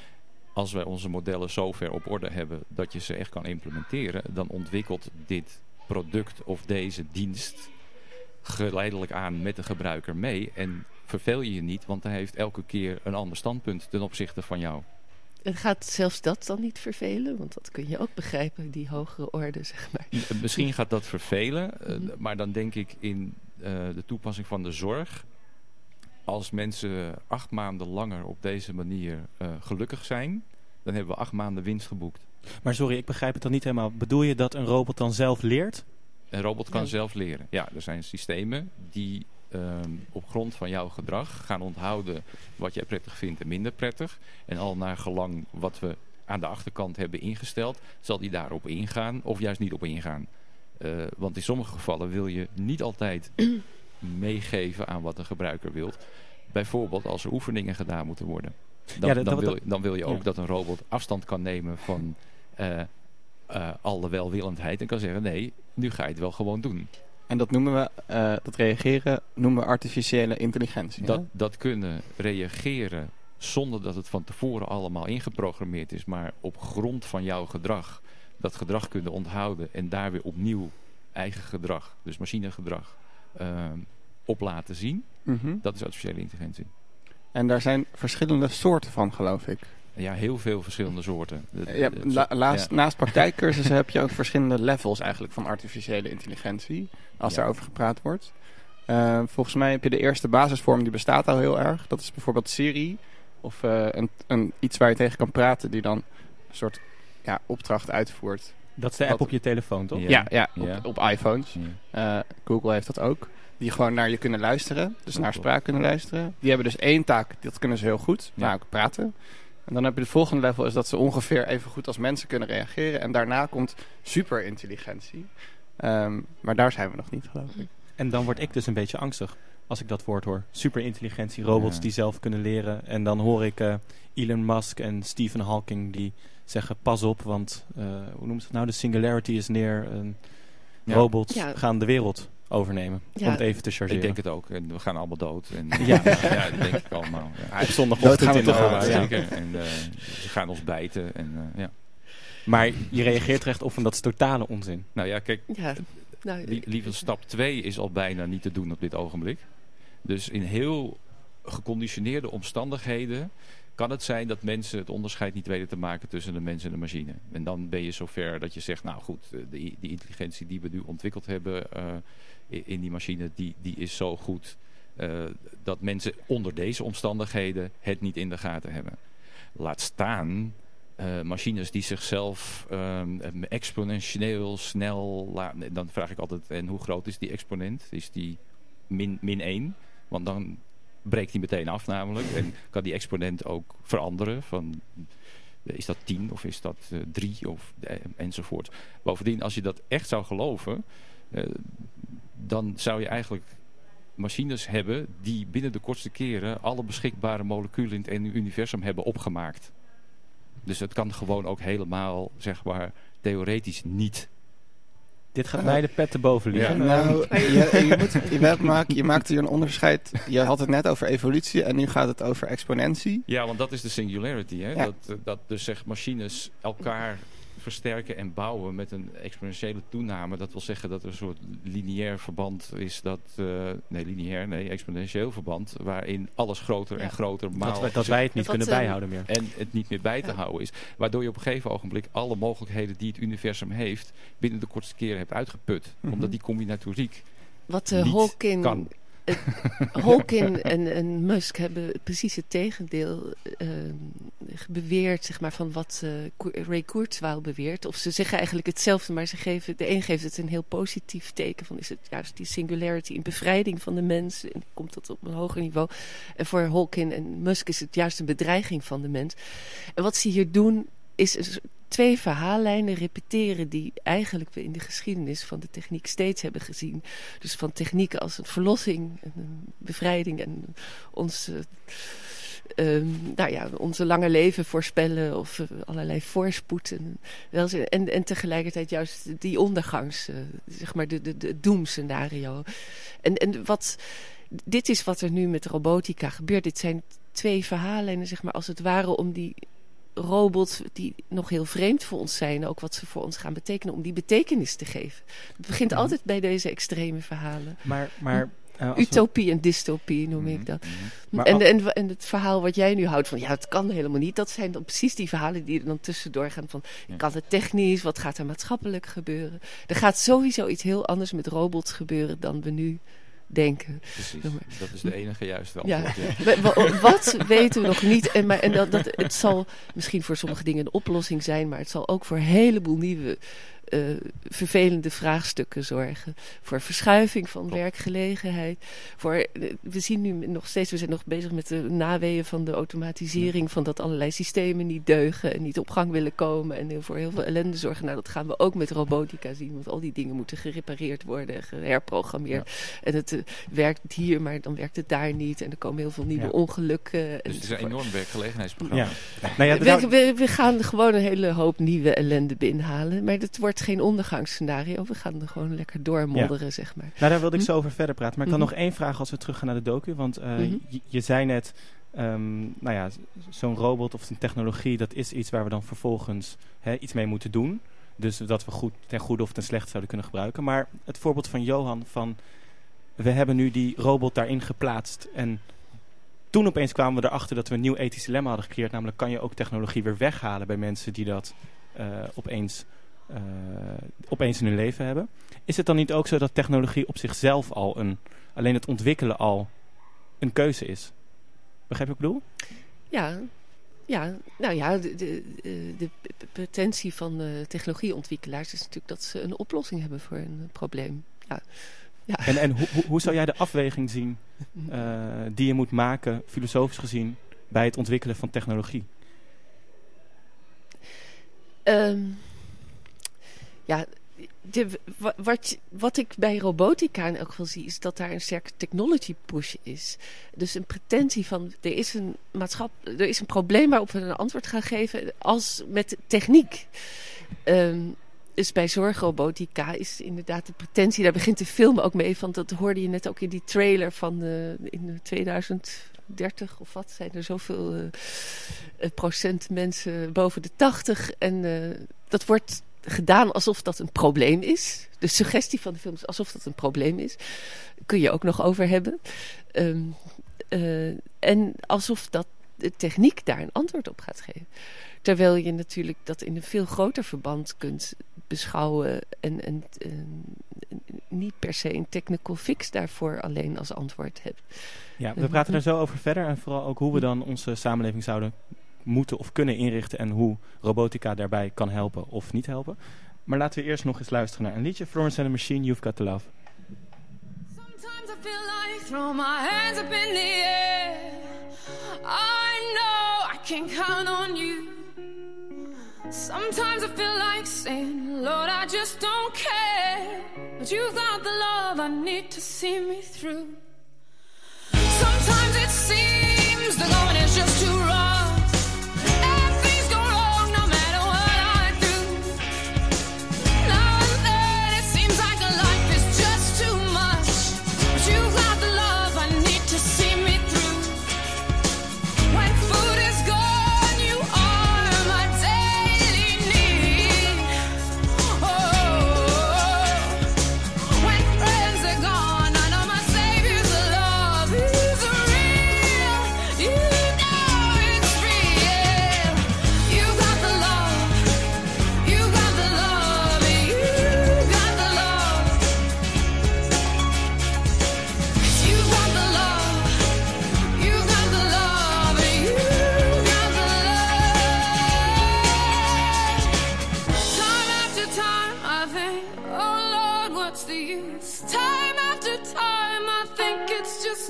als wij onze modellen zo ver op orde hebben dat je ze echt kan implementeren, dan ontwikkelt dit product of deze dienst geleidelijk aan met de gebruiker mee en verveel je je niet, want hij heeft elke keer een ander standpunt ten opzichte van jou.
En gaat zelfs dat dan niet vervelen? Want dat kun je ook begrijpen, die hogere orde, zeg maar.
Misschien gaat dat vervelen, uh, mm-hmm. maar dan denk ik in uh, de toepassing van de zorg. Als mensen acht maanden langer op deze manier uh, gelukkig zijn, dan hebben we acht maanden winst geboekt.
Maar sorry, ik begrijp het dan niet helemaal. Bedoel je dat een robot dan zelf leert?
Een robot kan
Ja.
zelf leren. Ja, er zijn systemen die um, op grond van jouw gedrag gaan onthouden wat jij prettig vindt en minder prettig. En al naar gelang wat we aan de achterkant hebben ingesteld, zal die daarop ingaan of juist niet op ingaan. Uh, want in sommige gevallen wil je niet altijd meegeven aan wat de gebruiker wil. Bijvoorbeeld als er oefeningen gedaan moeten worden. Dan,
Ja, dat-
dan,
dat-
wil, dan wil je ook
ja.
dat een robot afstand kan nemen van uh, uh, alle welwillendheid en kan zeggen nee, nu ga je het wel gewoon doen.
En dat noemen we, uh, dat reageren noemen we artificiële intelligentie.
Dat,
hè?
dat kunnen reageren zonder dat het van tevoren allemaal ingeprogrammeerd is, maar op grond van jouw gedrag dat gedrag kunnen onthouden en daar weer opnieuw eigen gedrag, dus machinegedrag, uh, op laten zien.
Mhm.
Dat is artificiële intelligentie.
En daar zijn verschillende soorten van, geloof ik.
Ja, heel veel verschillende soorten. De-
Ja,
de-
la- laast,
ja.
Naast praktijkcursussen heb je ook verschillende levels eigenlijk van artificiële intelligentie. Als
Ja.
daarover gepraat wordt. Uh, volgens mij heb je de eerste basisvorm, die bestaat al heel erg. Dat is bijvoorbeeld Siri. Of uh, een, een, iets waar je tegen kan praten die dan een soort ja, opdracht uitvoert.
Dat is de app
Wat-
op je telefoon, toch?
Ja.
Ja, ja, op,
Ja.
op iPhones. Uh, Google heeft dat ook. Die gewoon naar je kunnen luisteren. Dus naar spraak kunnen luisteren. Die hebben dus één taak, dat kunnen ze heel goed.
Ja.
Nou, praten. En dan heb je het volgende level, is dat ze ongeveer even goed als mensen kunnen reageren. En daarna komt superintelligentie. Um, maar daar zijn we nog niet, geloof ik.
En dan word ik dus een beetje angstig als ik dat woord hoor. Superintelligentie, robots
Ja.
die zelf kunnen leren. En dan hoor ik uh, Elon Musk en Stephen Hawking die zeggen pas op, want uh, hoe noemt het nou? De singularity is neer. Een
Ja.
robots
Ja.
gaan de wereld overnemen.
Ja.
Om het even te chargeren.
Ik denk het ook. En we gaan allemaal dood. En,
Ja.
ja, dat denk ik allemaal. Ja.
Op zondagochtend
Dood gaan we
in de
toch
aula,
wel,
ja.
Zeker. En uh, ze gaan ons bijten. En, uh, ja.
Maar je reageert er echt op van dat is totale onzin.
Nou ja, kijk.
Ja, nou,
Lie- Lieve stap twee is al bijna niet te doen op dit ogenblik. Dus in heel geconditioneerde omstandigheden kan het zijn dat mensen het onderscheid niet weten te maken tussen de mens en de machine. En dan ben je zover dat je zegt, nou goed, de, die intelligentie die we nu ontwikkeld hebben uh, in die machine, die, die is zo goed uh, dat mensen onder deze omstandigheden het niet in de gaten hebben. Laat staan uh, machines die zichzelf um, exponentieel snel laten. Dan vraag ik altijd, en hoe groot is die exponent? Is die min, min één? Want dan breekt die meteen af namelijk. En kan die exponent ook veranderen. Van, is dat tien of is dat uh, drie of, uh, enzovoort. Bovendien, als je dat echt zou geloven, uh, dan zou je eigenlijk machines hebben die binnen de kortste keren alle beschikbare moleculen in het universum hebben opgemaakt. Dus het kan gewoon ook helemaal, zeg maar, theoretisch niet.
Dit gaat mij de pet te boven liggen.
Ja, nou, je, je, moet, je, maakt, je maakt hier een onderscheid. Je had het net over evolutie en nu gaat het over exponentie.
Ja, want dat is de singularity. Hè?
Ja.
Dat, dat dus zeg machines elkaar versterken en bouwen met een exponentiële toename. Dat wil zeggen dat er een soort lineair verband is. Dat, uh, nee, lineair, nee, exponentieel verband. Waarin alles groter
Ja.
en groter maal.
Dat, wij, dat wij het niet
Dat,
kunnen
uh,
bijhouden meer.
En het niet meer bij te
Ja.
houden is. Waardoor je op een gegeven ogenblik alle mogelijkheden die het universum heeft binnen de kortste keren hebt uitgeput.
Mhm.
Omdat die combinatoriek
wat uh,
niet
Hawking,
kan.
uh, Hawking en, en Musk hebben precies het tegendeel uh, beweert, zeg maar, van wat uh, Ray Kurzweil beweert. Of ze zeggen eigenlijk hetzelfde, maar ze geven, de een geeft het een heel positief teken van, is het juist die singularity in bevrijding van de mens, en komt dat op een hoger niveau. En voor Hawking en Musk is het juist een bedreiging van de mens. En wat ze hier doen, is twee verhaallijnen repeteren die eigenlijk we in de geschiedenis van de techniek steeds hebben gezien. Dus van technieken als een verlossing, een bevrijding en ons, uh, um, nou ja, onze lange leven voorspellen of uh, allerlei voorspoed. En, en, en tegelijkertijd juist die ondergangs, uh, zeg maar de, de, de doemscenario. En, en wat, dit is wat er nu met robotica gebeurt. Dit zijn twee verhaallijnen, zeg maar, als het ware om die robots die nog heel vreemd voor ons zijn, ook wat ze voor ons gaan betekenen, om die betekenis te geven. Het begint mm-hmm. altijd bij deze extreme verhalen.
Maar, maar uh,
utopie we... en dystopie noem mm-hmm. ik dat. Mm-hmm. En, en, en het verhaal wat jij nu houdt van, ja, het kan helemaal niet. Dat zijn dan precies die verhalen die er dan tussendoor gaan van, ja. Kan het technisch, wat gaat er maatschappelijk gebeuren? Er gaat sowieso iets heel anders met robots gebeuren dan we nu denken.
Precies, dat is de enige juiste antwoord.
Ja. Ja. Wat weten we nog niet? En, maar, en dat, dat, het zal misschien voor sommige dingen een oplossing zijn, maar het zal ook voor een heleboel nieuwe uh, vervelende vraagstukken zorgen. Voor verschuiving van Top. werkgelegenheid. Voor, uh, we zien nu nog steeds, we zijn nog bezig met de naweeën van de automatisering, ja. van dat allerlei systemen niet deugen en niet op gang willen komen en voor heel veel ellende zorgen. Nou, dat gaan we ook met robotica zien, want al die dingen moeten gerepareerd worden en geherprogrammeerd. Ja. En het uh, werkt hier, maar dan werkt het daar niet en er komen heel veel nieuwe ja. ongelukken.
Dus het is een enorm werkgelegenheidsprogramma.
Ja. Nou ja,
we, we, we gaan gewoon een hele hoop nieuwe ellende binnenhalen, maar het wordt geen ondergangsscenario. We gaan er gewoon lekker doormodderen, ja. zeg maar.
Nou, daar wilde ik zo over verder praten. Maar ik
mm-hmm.
had nog één vraag als we teruggaan naar de docu. Want uh, mm-hmm. je, je zei net, um, nou ja, zo'n robot of een technologie, dat is iets waar we dan vervolgens hè, iets mee moeten doen. Dus dat we goed, ten goede of ten slechte zouden kunnen gebruiken. Maar het voorbeeld van Johan van, we hebben nu die robot daarin geplaatst en toen opeens kwamen we erachter dat we een nieuw ethisch dilemma hadden gecreëerd. Namelijk, kan je ook technologie weer weghalen bij mensen die dat uh, opeens... Uh, opeens in hun leven hebben. Is het dan niet ook zo dat technologie op zichzelf al een, alleen het ontwikkelen al een keuze is? Begrijp je wat ik bedoel?
Ja, ja nou ja, de, de, de potentie van de technologieontwikkelaars is natuurlijk dat ze een oplossing hebben voor een probleem. Ja. Ja.
En, en hoe, hoe, hoe zou jij de afweging zien uh, die je moet maken, filosofisch gezien, bij het ontwikkelen van technologie?
Um, Ja, de, wat, wat ik bij robotica in elk geval zie, is dat daar een sterke technology push is. Dus een pretentie van, er is een maatschap, er is een probleem waarop we een antwoord gaan geven als met techniek. Um, dus bij zorgrobotica is inderdaad de pretentie, daar begint de film ook mee van, dat hoorde je net ook in die trailer van uh, in tweeduizend dertig of wat, zijn er zoveel uh, procent mensen boven de tachtig en uh, dat wordt gedaan alsof dat een probleem is. De suggestie van de film is alsof dat een probleem is. Kun je ook nog over hebben. Um, uh, en alsof dat de techniek daar een antwoord op gaat geven. Terwijl je natuurlijk dat in een veel groter verband kunt beschouwen en, en, en niet per se een technical fix daarvoor alleen als antwoord hebt.
Ja, we praten er zo over verder en vooral ook hoe we dan onze samenleving zouden moeten of kunnen inrichten en hoe robotica daarbij kan helpen of niet helpen. Maar laten we eerst nog eens luisteren naar een liedje. Florence and the Machine, You've Got to Love.
Sometimes I feel like throw my hands up in the air. I know I can count on you. Sometimes I feel like saying, Lord, I just don't care. But you've got the love I need to see me through. Sometimes it seems the going is just too rough.
It's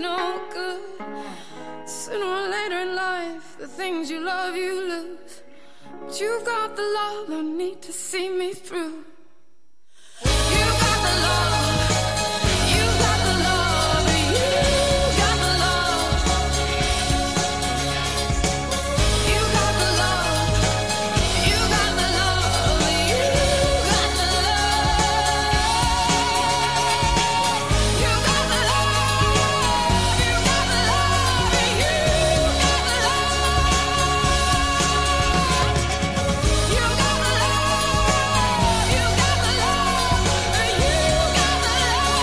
no good. Sooner or later in life, the things you love you lose. But you've got the love I need to see me through. You got the love. You got the love. You got the love. You got the love. You got the love. You got the love. You got the love. You got the love. You got the love. You got the love. You got the love. You got the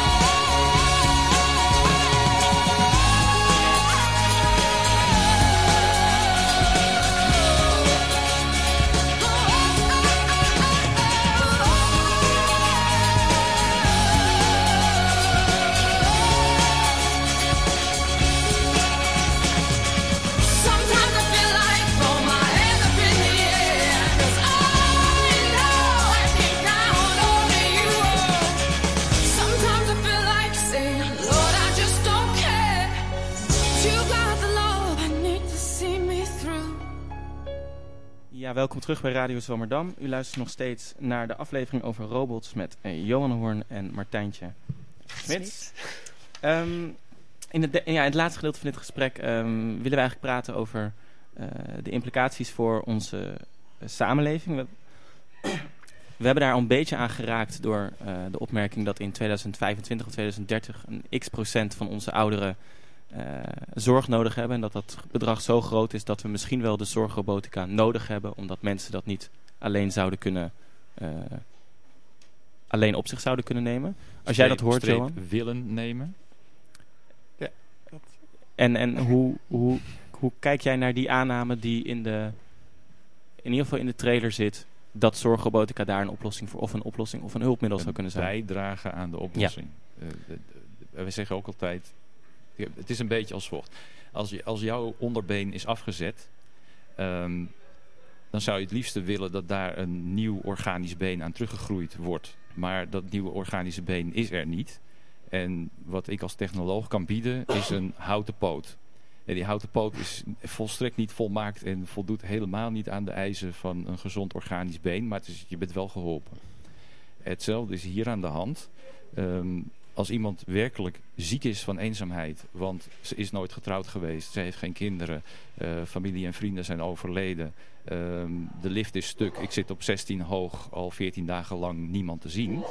Sometimes I feel like throw my hands up in the air, 'cause I know I can count on you. Sometimes I feel like saying, Lord, I just don't care. But you got the love I need to see me through.
Ja, welkom terug bij Radio Zomerdam. U luistert nog steeds naar de aflevering over robots met eh, Johan Hoorn en Martijntje Smits. Um, in, het de- ja, in het laatste gedeelte van dit gesprek um, willen we eigenlijk praten over uh, de implicaties voor onze uh, samenleving. We, we hebben daar al een beetje aan geraakt door uh, de opmerking dat in tweeduizend vijfentwintig of tweeduizend dertig een x procent van onze ouderen uh, zorg nodig hebben. En dat dat bedrag zo groot is dat we misschien wel de zorgrobotica nodig hebben, omdat mensen dat niet alleen zouden kunnen, uh, alleen op zich zouden kunnen nemen. Als jij dat hoort,
Streep
Johan.
willen nemen.
En, en hoe, hoe, hoe kijk jij naar die aanname die in de, in ieder geval in de trailer zit, dat zorgrobotica daar een oplossing voor, of een oplossing of een hulpmiddel zou kunnen zijn?
Bijdragen aan de oplossing. Ja. Uh, de, de, we zeggen ook altijd, het is een beetje als volgt. Als, je, als jouw onderbeen is afgezet, um, dan zou je het liefste willen dat daar een nieuw organisch been aan teruggegroeid wordt. Maar dat nieuwe organische been is er niet. En wat ik als technoloog kan bieden is een houten poot. En die houten poot is volstrekt niet volmaakt en voldoet helemaal niet aan de eisen van een gezond organisch been. Maar het is, je bent wel geholpen. Hetzelfde is hier aan de hand. Um, als iemand werkelijk ziek is van eenzaamheid, want ze is nooit getrouwd geweest, ze heeft geen kinderen, uh, familie en vrienden zijn overleden, um, de lift is stuk, ik zit op zestien hoog, al veertien dagen lang niemand te zien.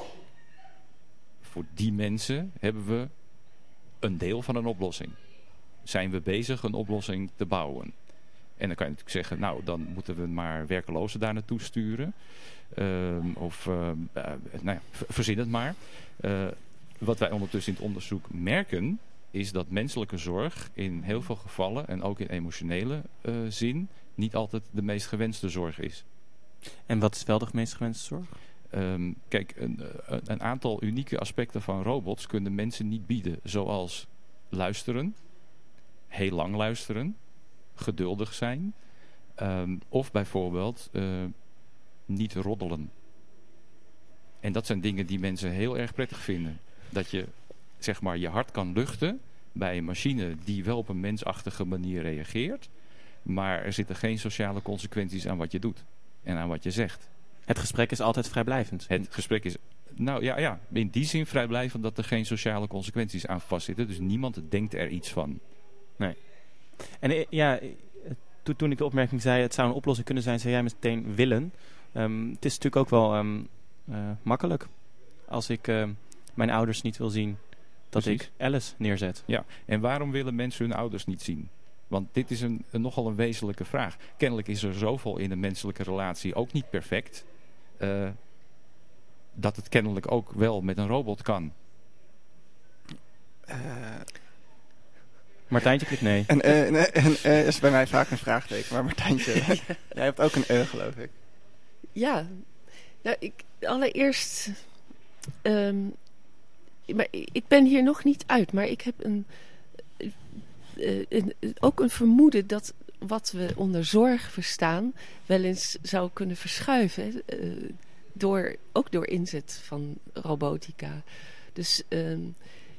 Voor die mensen hebben we een deel van een oplossing. Zijn we bezig een oplossing te bouwen? En dan kan je natuurlijk zeggen, nou dan moeten we maar werkelozen daar naartoe sturen. Um, of, uh, uh, nou ja, verzin het maar. Uh, wat wij ondertussen in het onderzoek merken, is dat menselijke zorg in heel veel gevallen, en ook in emotionele uh, zin, niet altijd de meest gewenste zorg is.
En wat is wel de meest gewenste zorg?
Um, kijk, een, een aantal unieke aspecten van robots kunnen mensen niet bieden. Zoals luisteren, heel lang luisteren, geduldig zijn. Um, of bijvoorbeeld uh, niet roddelen. En dat zijn dingen die mensen heel erg prettig vinden. Dat je zeg maar je hart kan luchten bij een machine die wel op een mensachtige manier reageert. Maar er zitten geen sociale consequenties aan wat je doet en aan wat je zegt.
Het gesprek is altijd vrijblijvend.
Het gesprek is, nou ja, ja, in die zin vrijblijvend dat er geen sociale consequenties aan vastzitten. Dus niemand denkt er iets van.
Nee. En ja, to, toen ik de opmerking zei, het zou een oplossing kunnen zijn, zei jij meteen willen. Um, het is natuurlijk ook wel um, uh, makkelijk als ik uh, mijn ouders niet wil zien, dat Precies. ik Alice neerzet.
Ja, en waarom willen mensen hun ouders niet zien? Want dit is een, een nogal een wezenlijke vraag. Kennelijk is er zoveel in een menselijke relatie ook niet perfect, Uh, dat het kennelijk ook wel met een robot kan.
Uh,
Martijntje klikt nee.
En uh, uh, uh, is bij mij vaak een vraagteken. Maar Martijntje, jij hebt ook een uh, geloof ik.
Ja. Nou, ik, allereerst... Um, maar ik ben hier nog niet uit. Maar ik heb een, uh, een, ook een vermoeden dat wat we onder zorg verstaan wel eens zou kunnen verschuiven. Door, ook door inzet van robotica. Dus um,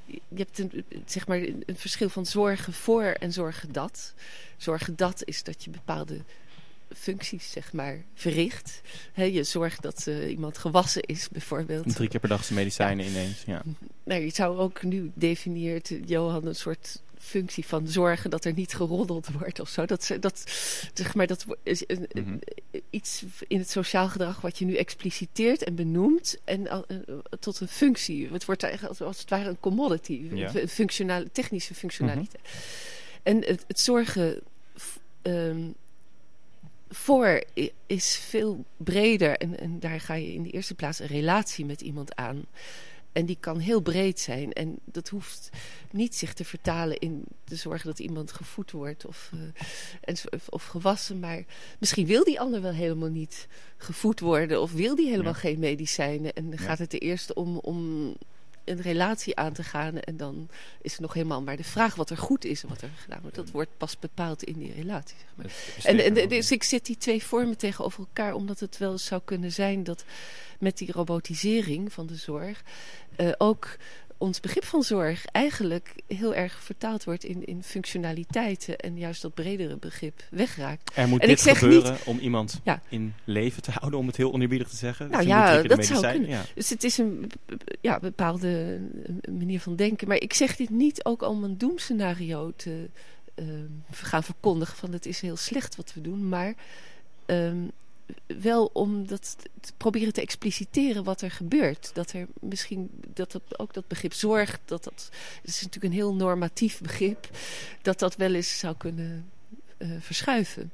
je hebt een, zeg maar een verschil van zorgen voor en zorgen dat. Zorgen dat is dat je bepaalde functies, zeg maar, verricht. He, je zorgt dat uh, iemand gewassen is, bijvoorbeeld.
Drie keer per dag zijn medicijnen ja. ineens, ja.
Nou, je zou ook nu definieert Johan een soort functie van zorgen dat er niet geroddeld wordt of zo. Dat, dat, zeg maar, dat is een, mm-hmm. iets in het sociaal gedrag wat je nu expliciteert en benoemt en uh, tot een functie. Het wordt eigenlijk als het ware een commodity, ja. een functionale, technische functionaliteit. Mm-hmm. En het, het zorgen um, voor is veel breder en, en daar ga je in de eerste plaats een relatie met iemand aan. En die kan heel breed zijn. En dat hoeft niet zich te vertalen in de zorg dat iemand gevoed wordt of, uh, en, of gewassen. Maar misschien wil die ander wel helemaal niet gevoed worden. Of wil die helemaal ja. geen medicijnen. En dan ja. gaat het er eerst om, om een relatie aan te gaan. En dan is het nog helemaal maar de vraag wat er goed is en wat er gedaan wordt. Dat wordt pas bepaald in die relatie. Zeg maar. En, en, en dus ik zet die twee vormen tegenover elkaar. Omdat het wel zou kunnen zijn dat met die robotisering van de zorg uh, ook ons begrip van zorg eigenlijk heel erg vertaald wordt in, in functionaliteiten en juist dat bredere begrip wegraakt.
Er moet
en
dit
ik zeg
gebeuren
niet,
om iemand ja. in leven te houden, om het heel oneerbiedig te zeggen.
Nou
dus
ja, dat zou kunnen.
Ja.
Dus het is een ja, bepaalde manier van denken. Maar ik zeg dit niet ook om een doemscenario te uh, gaan verkondigen van het is heel slecht wat we doen, maar um, wel om dat te proberen te expliciteren wat er gebeurt. Dat er misschien, dat, dat ook dat begrip zorg, dat dat, dat is natuurlijk een heel normatief begrip, dat dat wel eens zou kunnen uh, verschuiven.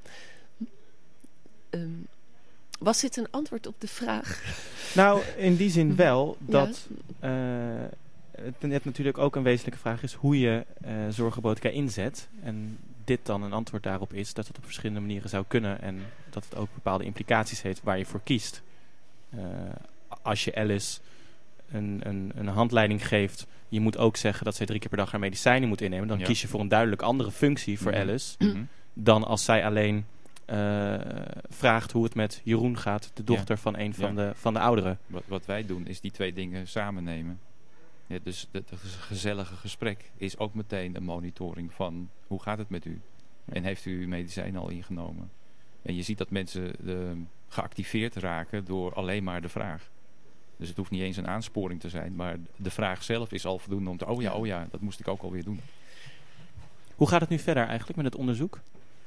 Um, was dit een antwoord op de vraag?
Nou, in die zin wel, dat ja. uh, het net natuurlijk ook een wezenlijke vraag is hoe je uh, zorgrobotica inzet. En dit dan een antwoord daarop is dat het op verschillende manieren zou kunnen en dat het ook bepaalde implicaties heeft waar je voor kiest. Uh, als je Alice een, een, een handleiding geeft, je moet ook zeggen dat zij drie keer per dag haar medicijnen moet innemen, dan ja. kies je voor een duidelijk andere functie voor mm-hmm. Alice mm-hmm. dan als zij alleen uh, vraagt hoe het met Jeroen gaat, de dochter ja. van een van, ja. de, van de ouderen.
Wat, wat wij doen is die twee dingen samen nemen. Ja, dus het gezellige gesprek is ook meteen een monitoring van hoe gaat het met u? En heeft u uw medicijnen al ingenomen? En je ziet dat mensen uh, geactiveerd raken door alleen maar de vraag. Dus het hoeft niet eens een aansporing te zijn, maar de vraag zelf is al voldoende om te... Oh ja, oh ja, dat moest ik ook alweer doen.
Hoe gaat het nu verder eigenlijk met het onderzoek?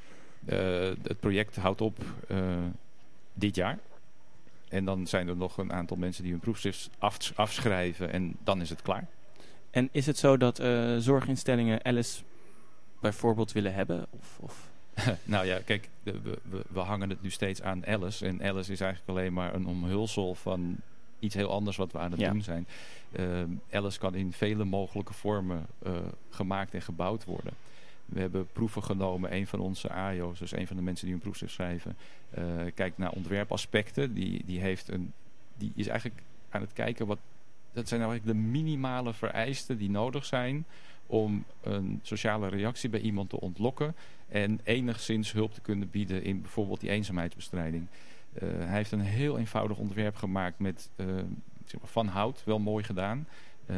Uh, het project houdt op uh, dit jaar. En dan zijn er nog een aantal mensen die hun proefschrift af, afschrijven en dan is het klaar.
En is het zo dat uh, zorginstellingen Alice bijvoorbeeld willen hebben? Of, of?
Nou ja, kijk, de, we, we, we hangen het nu steeds aan Alice. En Alice is eigenlijk alleen maar een omhulsel van iets heel anders wat we aan het ja. doen zijn. Uh, Alice kan in vele mogelijke vormen uh, gemaakt en gebouwd worden. We hebben proeven genomen. Een van onze A I O's, dus een van de mensen die een proefschrift schrijven, uh, kijkt naar ontwerpaspecten. Die, die, heeft een, die is eigenlijk aan het kijken wat. Dat zijn nou eigenlijk de minimale vereisten die nodig zijn om een sociale reactie bij iemand te ontlokken en enigszins hulp te kunnen bieden in bijvoorbeeld die eenzaamheidsbestrijding. Uh, hij heeft een heel eenvoudig ontwerp gemaakt met uh, zeg maar van hout, wel mooi gedaan, uh,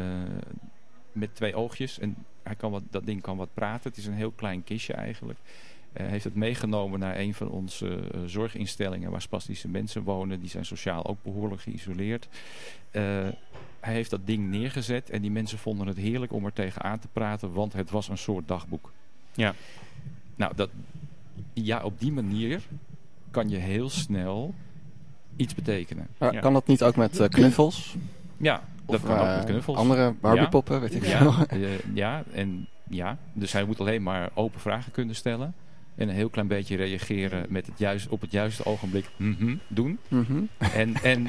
met twee oogjes en hij kan wat, dat ding kan wat praten. Het is een heel klein kistje eigenlijk. Hij uh, heeft het meegenomen naar een van onze uh, zorginstellingen waar spastische mensen wonen. Die zijn sociaal ook behoorlijk geïsoleerd. Uh, hij heeft dat ding neergezet en die mensen vonden het heerlijk om er tegenaan te praten, want het was een soort dagboek.
Ja.
Nou, dat, ja, op die manier kan je heel snel iets betekenen.
Ja,
ja.
Kan dat niet ook met uh, knuffels?
Ja, dat
of,
kan
uh,
ook met knuffels.
Andere Barbiepoppen, ja. weet ik veel.
Ja, uh, ja, en ja, dus hij moet alleen maar open vragen kunnen stellen. En een heel klein beetje reageren met het juist, op het juiste ogenblik mm-hmm, doen.
Mm-hmm.
En, en,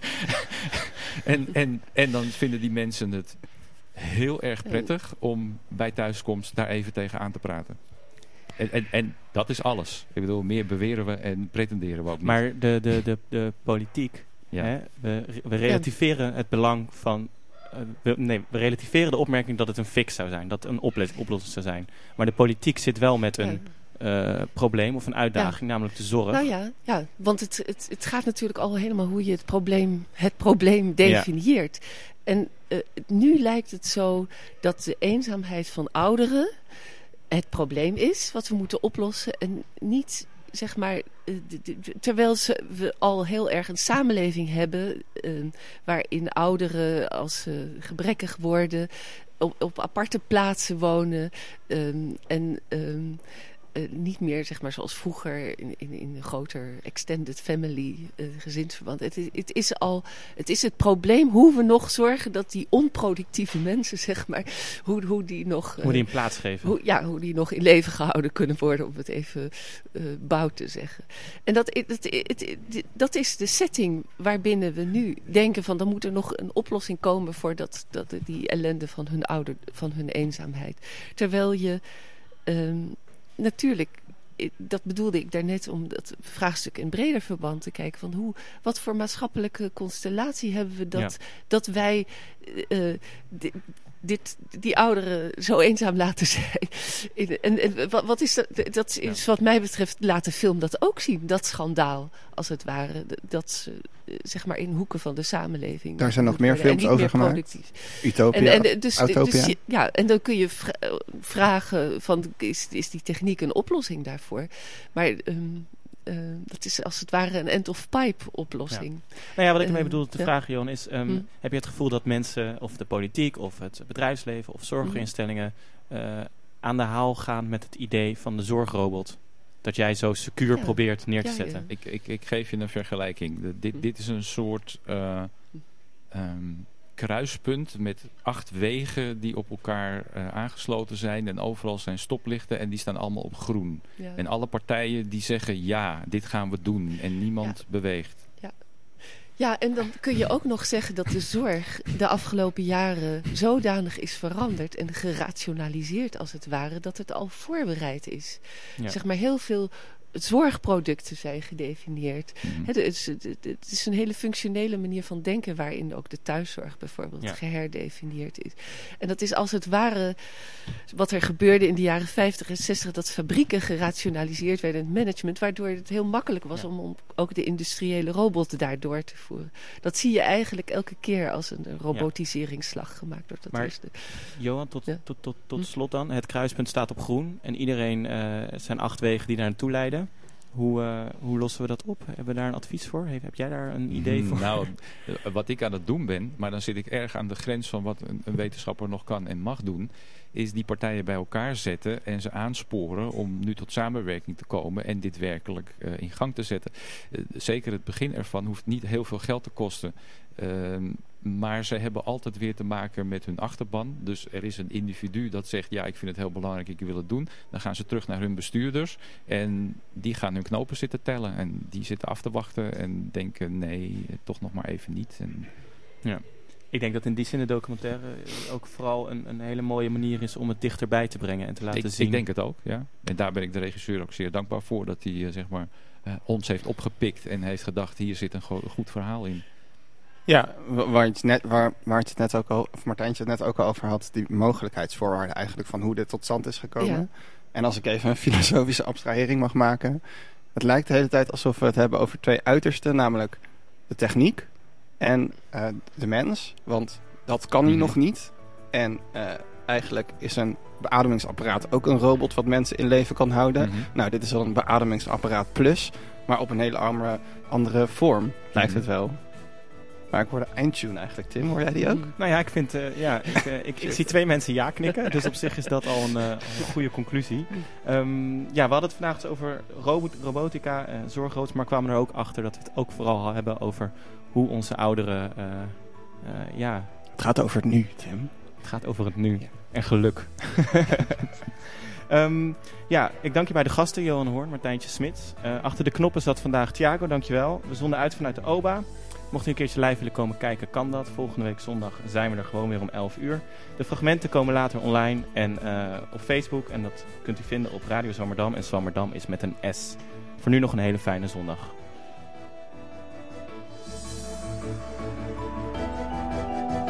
en, en, en dan vinden die mensen het heel erg prettig om bij thuiskomst daar even tegen aan te praten. En, en, en dat is alles. Ik bedoel, meer beweren we en pretenderen we ook niet.
Maar de, de, de, de politiek,
ja.
hè, we, we relativeren ja. het belang van... Uh, we, nee, we relativeren de opmerking dat het een fix zou zijn. Dat het een oplossing zou zijn. Maar de politiek zit wel met een uh, probleem of een uitdaging, ja. namelijk de zorg.
Nou ja, ja want het, het, het gaat natuurlijk al helemaal hoe je het probleem, het probleem definieert. Ja. En uh, nu lijkt het zo dat de eenzaamheid van ouderen het probleem is wat we moeten oplossen en niet, zeg maar, uh, de, de, terwijl ze, we al heel erg een samenleving hebben uh, waarin ouderen als ze uh, gebrekkig worden op, op aparte plaatsen wonen um, en um, uh, niet meer, zeg maar, zoals vroeger in, in, in een groter extended family uh, gezinsverband. Het is, het is al, het is het probleem hoe we nog zorgen dat die onproductieve mensen, zeg maar, hoe, hoe die nog... Uh,
hoe die in plaats geven.
Hoe, ja, hoe die nog in leven gehouden kunnen worden, om het even uh, bout te zeggen. En dat, dat, het, dat is de setting waarbinnen we nu denken van, dan moet er nog een oplossing komen voor dat, dat, die ellende van hun ouder, van hun eenzaamheid. Terwijl je... Um, Natuurlijk, dat bedoelde ik daarnet om dat vraagstuk in breder verband te kijken. Van hoe, wat voor maatschappelijke constellatie hebben we dat, ja. dat wij uh, dit, dit, die ouderen zo eenzaam laten zijn. En, en wat, wat is dat? Dat is ja. wat mij betreft, laat de film dat ook zien. Dat schandaal, als het ware. Dat ze, zeg maar, in hoeken van de samenleving.
Daar zijn nog meer films over
meer
gemaakt.
Productief.
Utopia,
en, en dus,
Autopia.
Dus, ja, en dan kun je vra- vragen van, is, is die techniek een oplossing daarvoor? Maar um, uh, dat is als het ware een end-of-pipe oplossing.
Ja. Nou ja, wat ik ermee
uh,
bedoel te
ja.
vragen, Johan, is... Um,
hm.
heb je het gevoel dat mensen, of de politiek, of het bedrijfsleven, of zorginstellingen... Uh, aan de haal gaan met het idee van de zorgrobot? Dat jij zo secuur ja. probeert neer te ja, zetten.
Ja. Ik, ik, ik geef je een vergelijking. De, dit, dit is een soort uh, um, kruispunt met acht wegen die op elkaar uh, aangesloten zijn. En overal zijn stoplichten en die staan allemaal op groen. Ja. En alle partijen die zeggen ja, dit gaan we doen. En niemand ja. beweegt.
Ja. Ja, en dan kun je ook nog zeggen dat de zorg de afgelopen jaren zodanig is veranderd en gerationaliseerd als het ware, dat het al voorbereid is. Ja. Zeg maar, heel veel zorgproducten zijn gedefinieerd. Mm-hmm. Het, is, het is een hele functionele manier van denken waarin ook de thuiszorg bijvoorbeeld ja. geherdefinieerd is. En dat is als het ware wat er gebeurde in de jaren vijftig en zestig, dat fabrieken gerationaliseerd werden in het management, waardoor het heel makkelijk was ja. om, om ook de industriële robot daar door te voeren. Dat zie je eigenlijk elke keer als een robotiseringsslag gemaakt wordt. Dat
maar,
is de,
Johan, tot,
ja.
tot, tot, tot slot dan. Het kruispunt staat op groen en iedereen, uh, het zijn acht wegen die daar naartoe leiden. Hoe, uh, hoe lossen we dat op? Hebben we daar een advies voor? Heb, heb jij daar een idee voor?
Nou, wat ik aan het doen ben, maar dan zit ik erg aan de grens van wat een, een wetenschapper nog kan en mag doen, is die partijen bij elkaar zetten en ze aansporen om nu tot samenwerking te komen en dit werkelijk uh, in gang te zetten. Uh, zeker het begin ervan hoeft niet heel veel geld te kosten. Uh, maar ze hebben altijd weer te maken met hun achterban. Dus er is een individu dat zegt, ja, ik vind het heel belangrijk, ik wil het doen. Dan gaan ze terug naar hun bestuurders en die gaan hun knopen zitten tellen. En die zitten af te wachten en denken, nee, toch nog maar even niet. En
ja. Ik denk dat in die zin de documentaire ook vooral een, een hele mooie manier is om het dichterbij te brengen en te laten
ik,
zien.
Ik denk het ook, ja. En daar ben ik de regisseur ook zeer dankbaar voor. Dat hij uh, zeg maar, uh, ons heeft opgepikt en heeft gedacht, hier zit een go- goed verhaal in.
Ja, waar het net, waar, waar het net ook al, of Martijntje het net ook al over had, die mogelijkheidsvoorwaarden eigenlijk van hoe dit tot stand is gekomen. Ja. En als ik even een filosofische abstrahering mag maken. Het lijkt de hele tijd alsof we het hebben over twee uitersten, namelijk de techniek en uh, de mens. Want dat kan nu mm-hmm. nog niet. En uh, eigenlijk is een beademingsapparaat ook een robot wat mensen in leven kan houden. Mm-hmm. Nou, dit is wel een beademingsapparaat plus, maar op een hele andere, andere vorm mm-hmm. lijkt het wel. Maar ik hoorde eindtune eigenlijk, Tim. Hoor jij die ook?
Nou ja, ik vind, uh, ja, ik, uh, ik, ik zie twee mensen ja knikken. Dus op zich is dat al een, uh, een goede conclusie. Um, ja, we hadden het vandaag dus over robot, robotica en zorgrobots. Maar kwamen er ook achter dat we het ook vooral hebben over hoe onze ouderen, uh, uh, ja...
Het gaat over het nu, Tim.
Het gaat over het nu. Ja. En geluk. um, ja, ik dank je bij de gasten, Johan Hoorn, Martijntje Smits. Uh, achter de knoppen zat vandaag Thiago, dankjewel. We zonden uit vanuit de O B A. Mocht u een keertje live willen komen kijken, kan dat. Volgende week zondag zijn we er gewoon weer om elf uur. De fragmenten komen later online en uh, op Facebook. En dat kunt u vinden op Radio Zwammerdam. En Zwammerdam is met een S. Voor nu nog een hele fijne zondag.